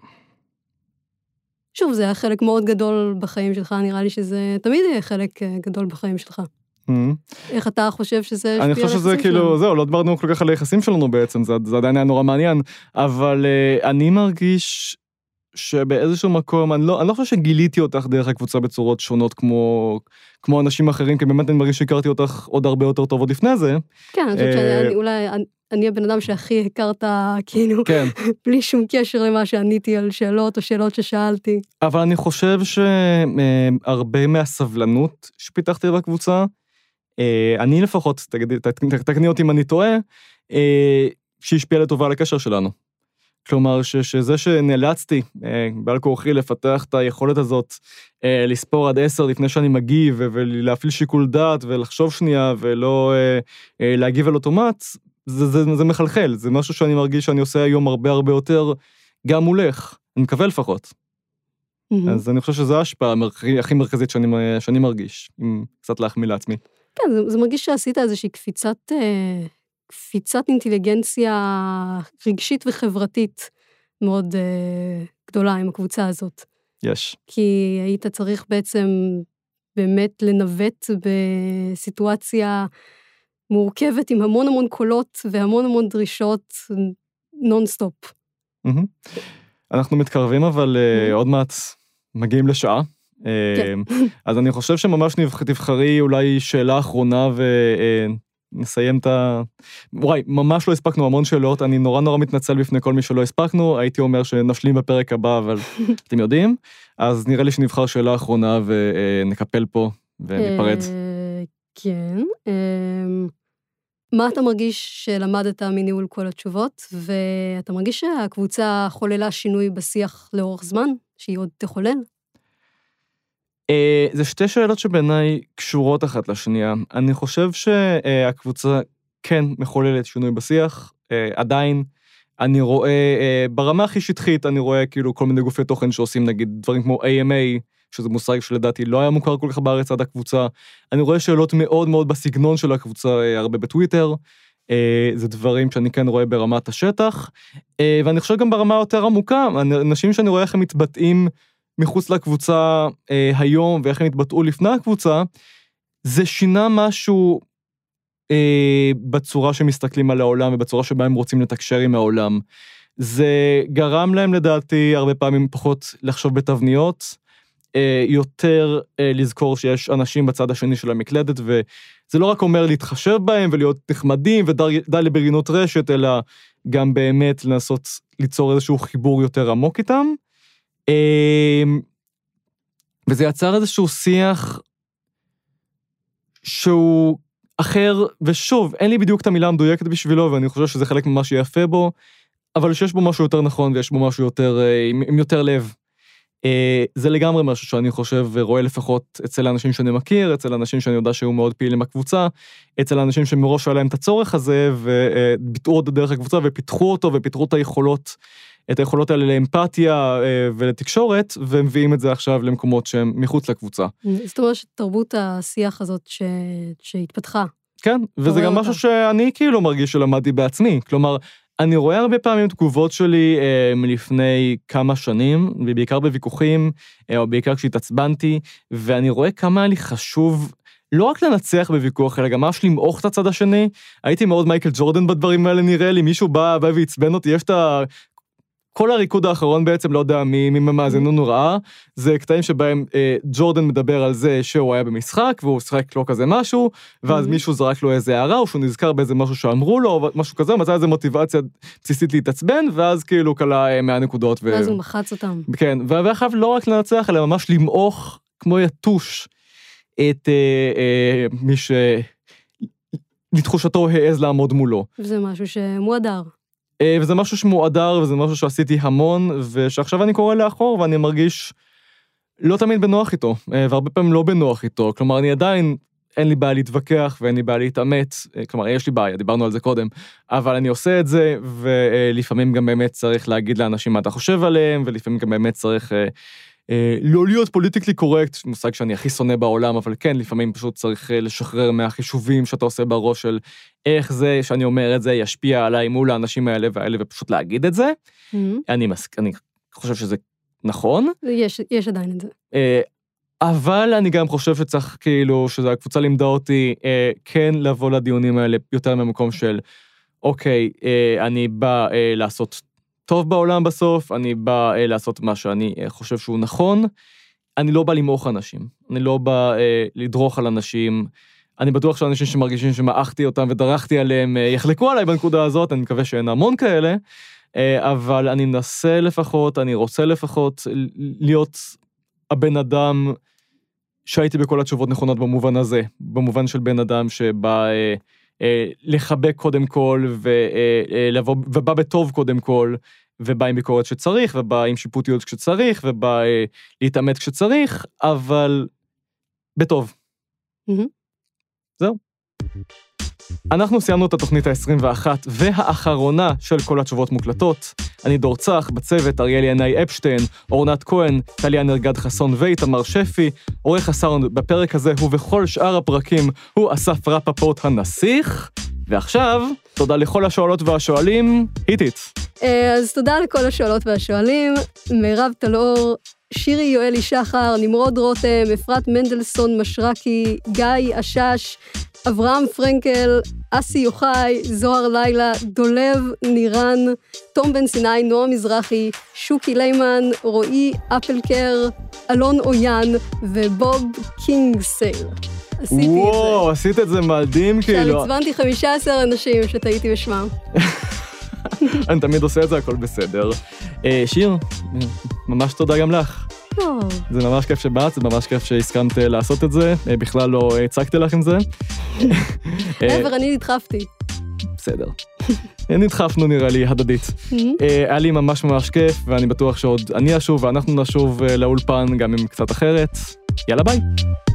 שוב, זה היה חלק מאוד גדול בחיים שלך, נראה לי שזה תמיד יהיה חלק גדול בחיים שלך. איך אתה חושב שזה השפיע על היחסים שלנו? אני חושב שזה כאילו, זהו, לא דברנו כל כך על היחסים שלנו בעצם, זה עדיין היה נורא מעניין, אבל אני מרגיש שבאיזשהו מקום, אני לא חושב שגיליתי אותך דרך הקבוצה בצורות שונות כמו אנשים אחרים, כי באמת אני מרגיש שהכרתי אותך עוד הרבה יותר טוב עוד לפני זה. כן, אני חושבת שאני אולי... אני הבן אדם שהכי הכרת, כאילו, כן. בלי שום קשר למה שעניתי על שאלות או שאלות ששאלתי. אבל אני חושב שהרבה מהסבלנות שפיתחתי בקבוצה, אני לפחות, תקני אותי אם אני טועה, שהשפיע לטובה על הקשר שלנו. כלומר, שזה שנאלצתי בעל כורחי לפתח את היכולת הזאת, לספור עד עשר לפני שאני מגיב, ולהפעיל שיקול דעת, ולחשוב שנייה, ולא להגיב על אוטומט, זה, זה, זה מחלחל, זה משהו שאני מרגיש שאני עושה היום הרבה הרבה יותר, גם מולך, אני מקווה לפחות. Mm-hmm. אז אני חושב שזו ההשפעה הכי מרכזית שאני, שאני מרגיש, אם קצת להחמיא לעצמי. כן, זה, זה מרגיש שעשית איזושהי קפיצת, אה, קפיצת אינטליגנציה רגשית וחברתית מאוד אה, גדולה עם הקבוצה הזאת. יש. כי היית צריך בעצם באמת לנווט בסיטואציה מורכבת עם המון המון קולות והמון המון דרישות נונסטופ. אנחנו מתקרבים, אבל עוד מעט מגיעים לשעה. אז אני חושב שממש תבחרי אולי שאלה אחרונה ונסיים את ה... וואי, ממש לא הספקנו המון שאלות, אני נורא נורא מתנצל בפני כל מי שלא הספקנו, הייתי אומר שנשלים בפרק הבא, אבל אתם יודעים, אז נראה לי שנבחר שאלה אחרונה ונקפל פה וניפרד. כן. מה אתה מרגיש שלמדת מניהול כל התשובות, ואתה מרגיש שהקבוצה חוללה שינוי בשיח לאורך זמן, שהיא עוד תחולל? זה שתי שאלות שבעיניי קשורות אחת לשנייה. אני חושב שהקבוצה כן מחוללת שינוי בשיח, עדיין אני רואה, ברמה הכי שטחית, אני רואה כאילו כל מיני גופי תוכן שעושים נגיד דברים כמו איי אם איי, שזה מושג שלדעתי לא היה מוכר כל כך בארץ עד הקבוצה. אני רואה שאלות מאוד מאוד בסגנון של הקבוצה, הרבה בטוויטר, זה דברים שאני כן רואה ברמת השטח, ואני חושב גם ברמה יותר עמוקה, אנשים שאני רואה איך הם מתבטאים מחוץ לקבוצה אה, היום, ואיך הם התבטאו לפני הקבוצה, זה שינה משהו אה, בצורה שמסתכלים על העולם, ובצורה שבה הם רוצים לתקשר עם העולם. זה גרם להם לדעתי הרבה פעמים פחות לחשוב בתבניות, אה, יותר אה, לזכור שיש אנשים בצד השני של המקלדת, וזה לא רק אומר להתחשב בהם ולהיות נחמדים ודי לברינות רשת, אלא גם באמת לנסות ליצור איזשהו חיבור יותר עמוק איתם. אה, וזה יצר איזשהו שיח שהוא אחר, ושוב, אין לי בדיוק את המילה המדויקת בשבילו, ואני חושב שזה חלק ממה שיפה בו, אבל שיש בו משהו יותר נכון, ויש בו משהו יותר, עם, עם יותר לב. זה לגמרי משהו שאני חושב ורואה לפחות אצל האנשים שאני מכיר, אצל האנשים שאני יודע שהיו מאוד פעילים בקבוצה, אצל האנשים שמראש היה להם את הצורך הזה, וביטאו אותו דרך הקבוצה, ופיתחו אותו, ופיתחו את היכולות, את היכולות האלה לאמפתיה ולתקשורת, ומביאים את זה עכשיו למקומות שהם מחוץ לקבוצה. זאת אומרת שתרבות השיח הזאת ש... שהתפתחה. כן, וזה גם משהו שאני כאילו מרגיש שלמדתי בעצמי, כלומר, אני רואה הרבה פעמים תגובות שלי אה, מלפני כמה שנים, ובעיקר בוויכוחים, אה, או בעיקר כשהתעצבנתי, ואני רואה כמה היה לי חשוב, לא רק לנצח בוויכוח, אלא גם ממש למעוך את הצד השני. הייתי מאוד מייקל ג'ורדן בדברים האלה, נראה לי, מישהו בא, בא והצבן אותי, יש את ה... כל הריקוד האחרון בעצם, לא יודע מי, מי ממאזינו ראה, זה קטעים שבהם אה, ג'ורדן מדבר על זה שהוא היה במשחק, והוא שחק לו כזה משהו, ואז mm-hmm. מישהו זרק לו איזה הערה, או שהוא נזכר באיזה משהו שאמרו לו, או משהו כזה, מצא איזה מוטיבציה בסיסית להתעצבן, ואז כאילו קלה אה, מאה נקודות. ו... ואז הוא מחץ אותם. כן, ואחר לא רק לנצח, אלא ממש למעוך כמו יתוש את אה, אה, מי ש... לתחושתו העז לעמוד מולו. וזה משהו שמועדר. וזה משהו שמועדר, וזה משהו שעשיתי המון, ושעכשיו אני קורא לאחור, ואני מרגיש לא תמיד בנוח איתו, והרבה פעמים לא בנוח איתו. כלומר, אני עדיין, אין לי בעיה להתווכח, ואין לי בעיה להתאמת, כלומר, יש לי בעיה, דיברנו על זה קודם, אבל אני עושה את זה, ולפעמים גם באמת צריך להגיד לאנשים מה אתה חושב עליהם, ולפעמים גם באמת צריך לא להיות פוליטיקלי קורקט, מושג שאני הכי שונא בעולם, אבל כן, לפעמים פשוט צריך לשחרר מהחישובים שאתה עושה בראש של איך זה שאני אומר את זה ישפיע עליי מול האנשים האלה והאלה, ופשוט להגיד את זה. Mm-hmm. אני, מס... אני חושב שזה נכון. יש, יש עדיין את זה. אבל אני גם חושב שצריך כאילו, שזו הקבוצה לימדה אותי, כן לבוא לדיונים האלה יותר ממקום של, אוקיי, אני בא לעשות טוב בעולם בסוף, אני בא אה, לעשות מה שאני אה, חושב שהוא נכון, אני לא בא למעוך אנשים, אני לא בא אה, לדרוך על אנשים, אני בטוח שאנשים שמרגישים שמעכתי אותם ודרכתי עליהם, אה, יחלקו עליי בנקודה הזאת, אני מקווה שאין המון כאלה, אה, אבל אני מנסה לפחות, אני רוצה לפחות להיות הבן אדם שהייתי בכל התשובות נכונות במובן הזה, במובן של בן אדם שבא אה, אה, לחבק קודם כל, ולבוא, ובא בטוב קודם כל, ובא עם ביקורת שצריך, ובא עם שיפוטיות כשצריך, ובא אה, להתאמת כשצריך, אבל בטוב. Mm-hmm. זהו. אנחנו סיימנו את התוכנית ה-עשרים ואחת והאחרונה של כל התשובות מוקלטות. אני דור צח, בצוות אריאל ינאי אפשטיין, אורנת כהן, טליה נרגד חסון ואיתמר שפי, עורך הסאונד בפרק הזה ובכל שאר הפרקים הוא אסף רפפורט הנסיך, ועכשיו, תודה לכל השואלות והשואלים, היטית. אז תודה לכל השואלות והשואלים, מירב תלאור, שירי יואלי שחר, נמרוד רותם, אפרת מנדלסון משרקי, גיא אשש, אברהם פרנקל, אסי יוחאי, זוהר לילה, דולב נירן, תום בן סיני, נועה מזרחי, שוקי לימן, רועי אפלקר, אלון אויין ובוב קינגסייל. עשיתי את זה. וואו, עשית את זה מדהים כאילו. הצבנתי חמישה עשר אנשים שטעיתי בשמם. אני תמיד עושה את זה, הכל בסדר. שיר, ממש תודה גם לך. זה ממש כיף שבאת, זה ממש כיף שהסכמת לעשות את זה, בכלל לא הצגתי לך עם זה. עבר, אני נדחפתי. בסדר. נדחפנו נראה לי הדדית. היה לי ממש ממש כיף, ואני בטוח שעוד אני אשוב ואנחנו נשוב לאולפן גם עם קצת אחרת. יאללה ביי.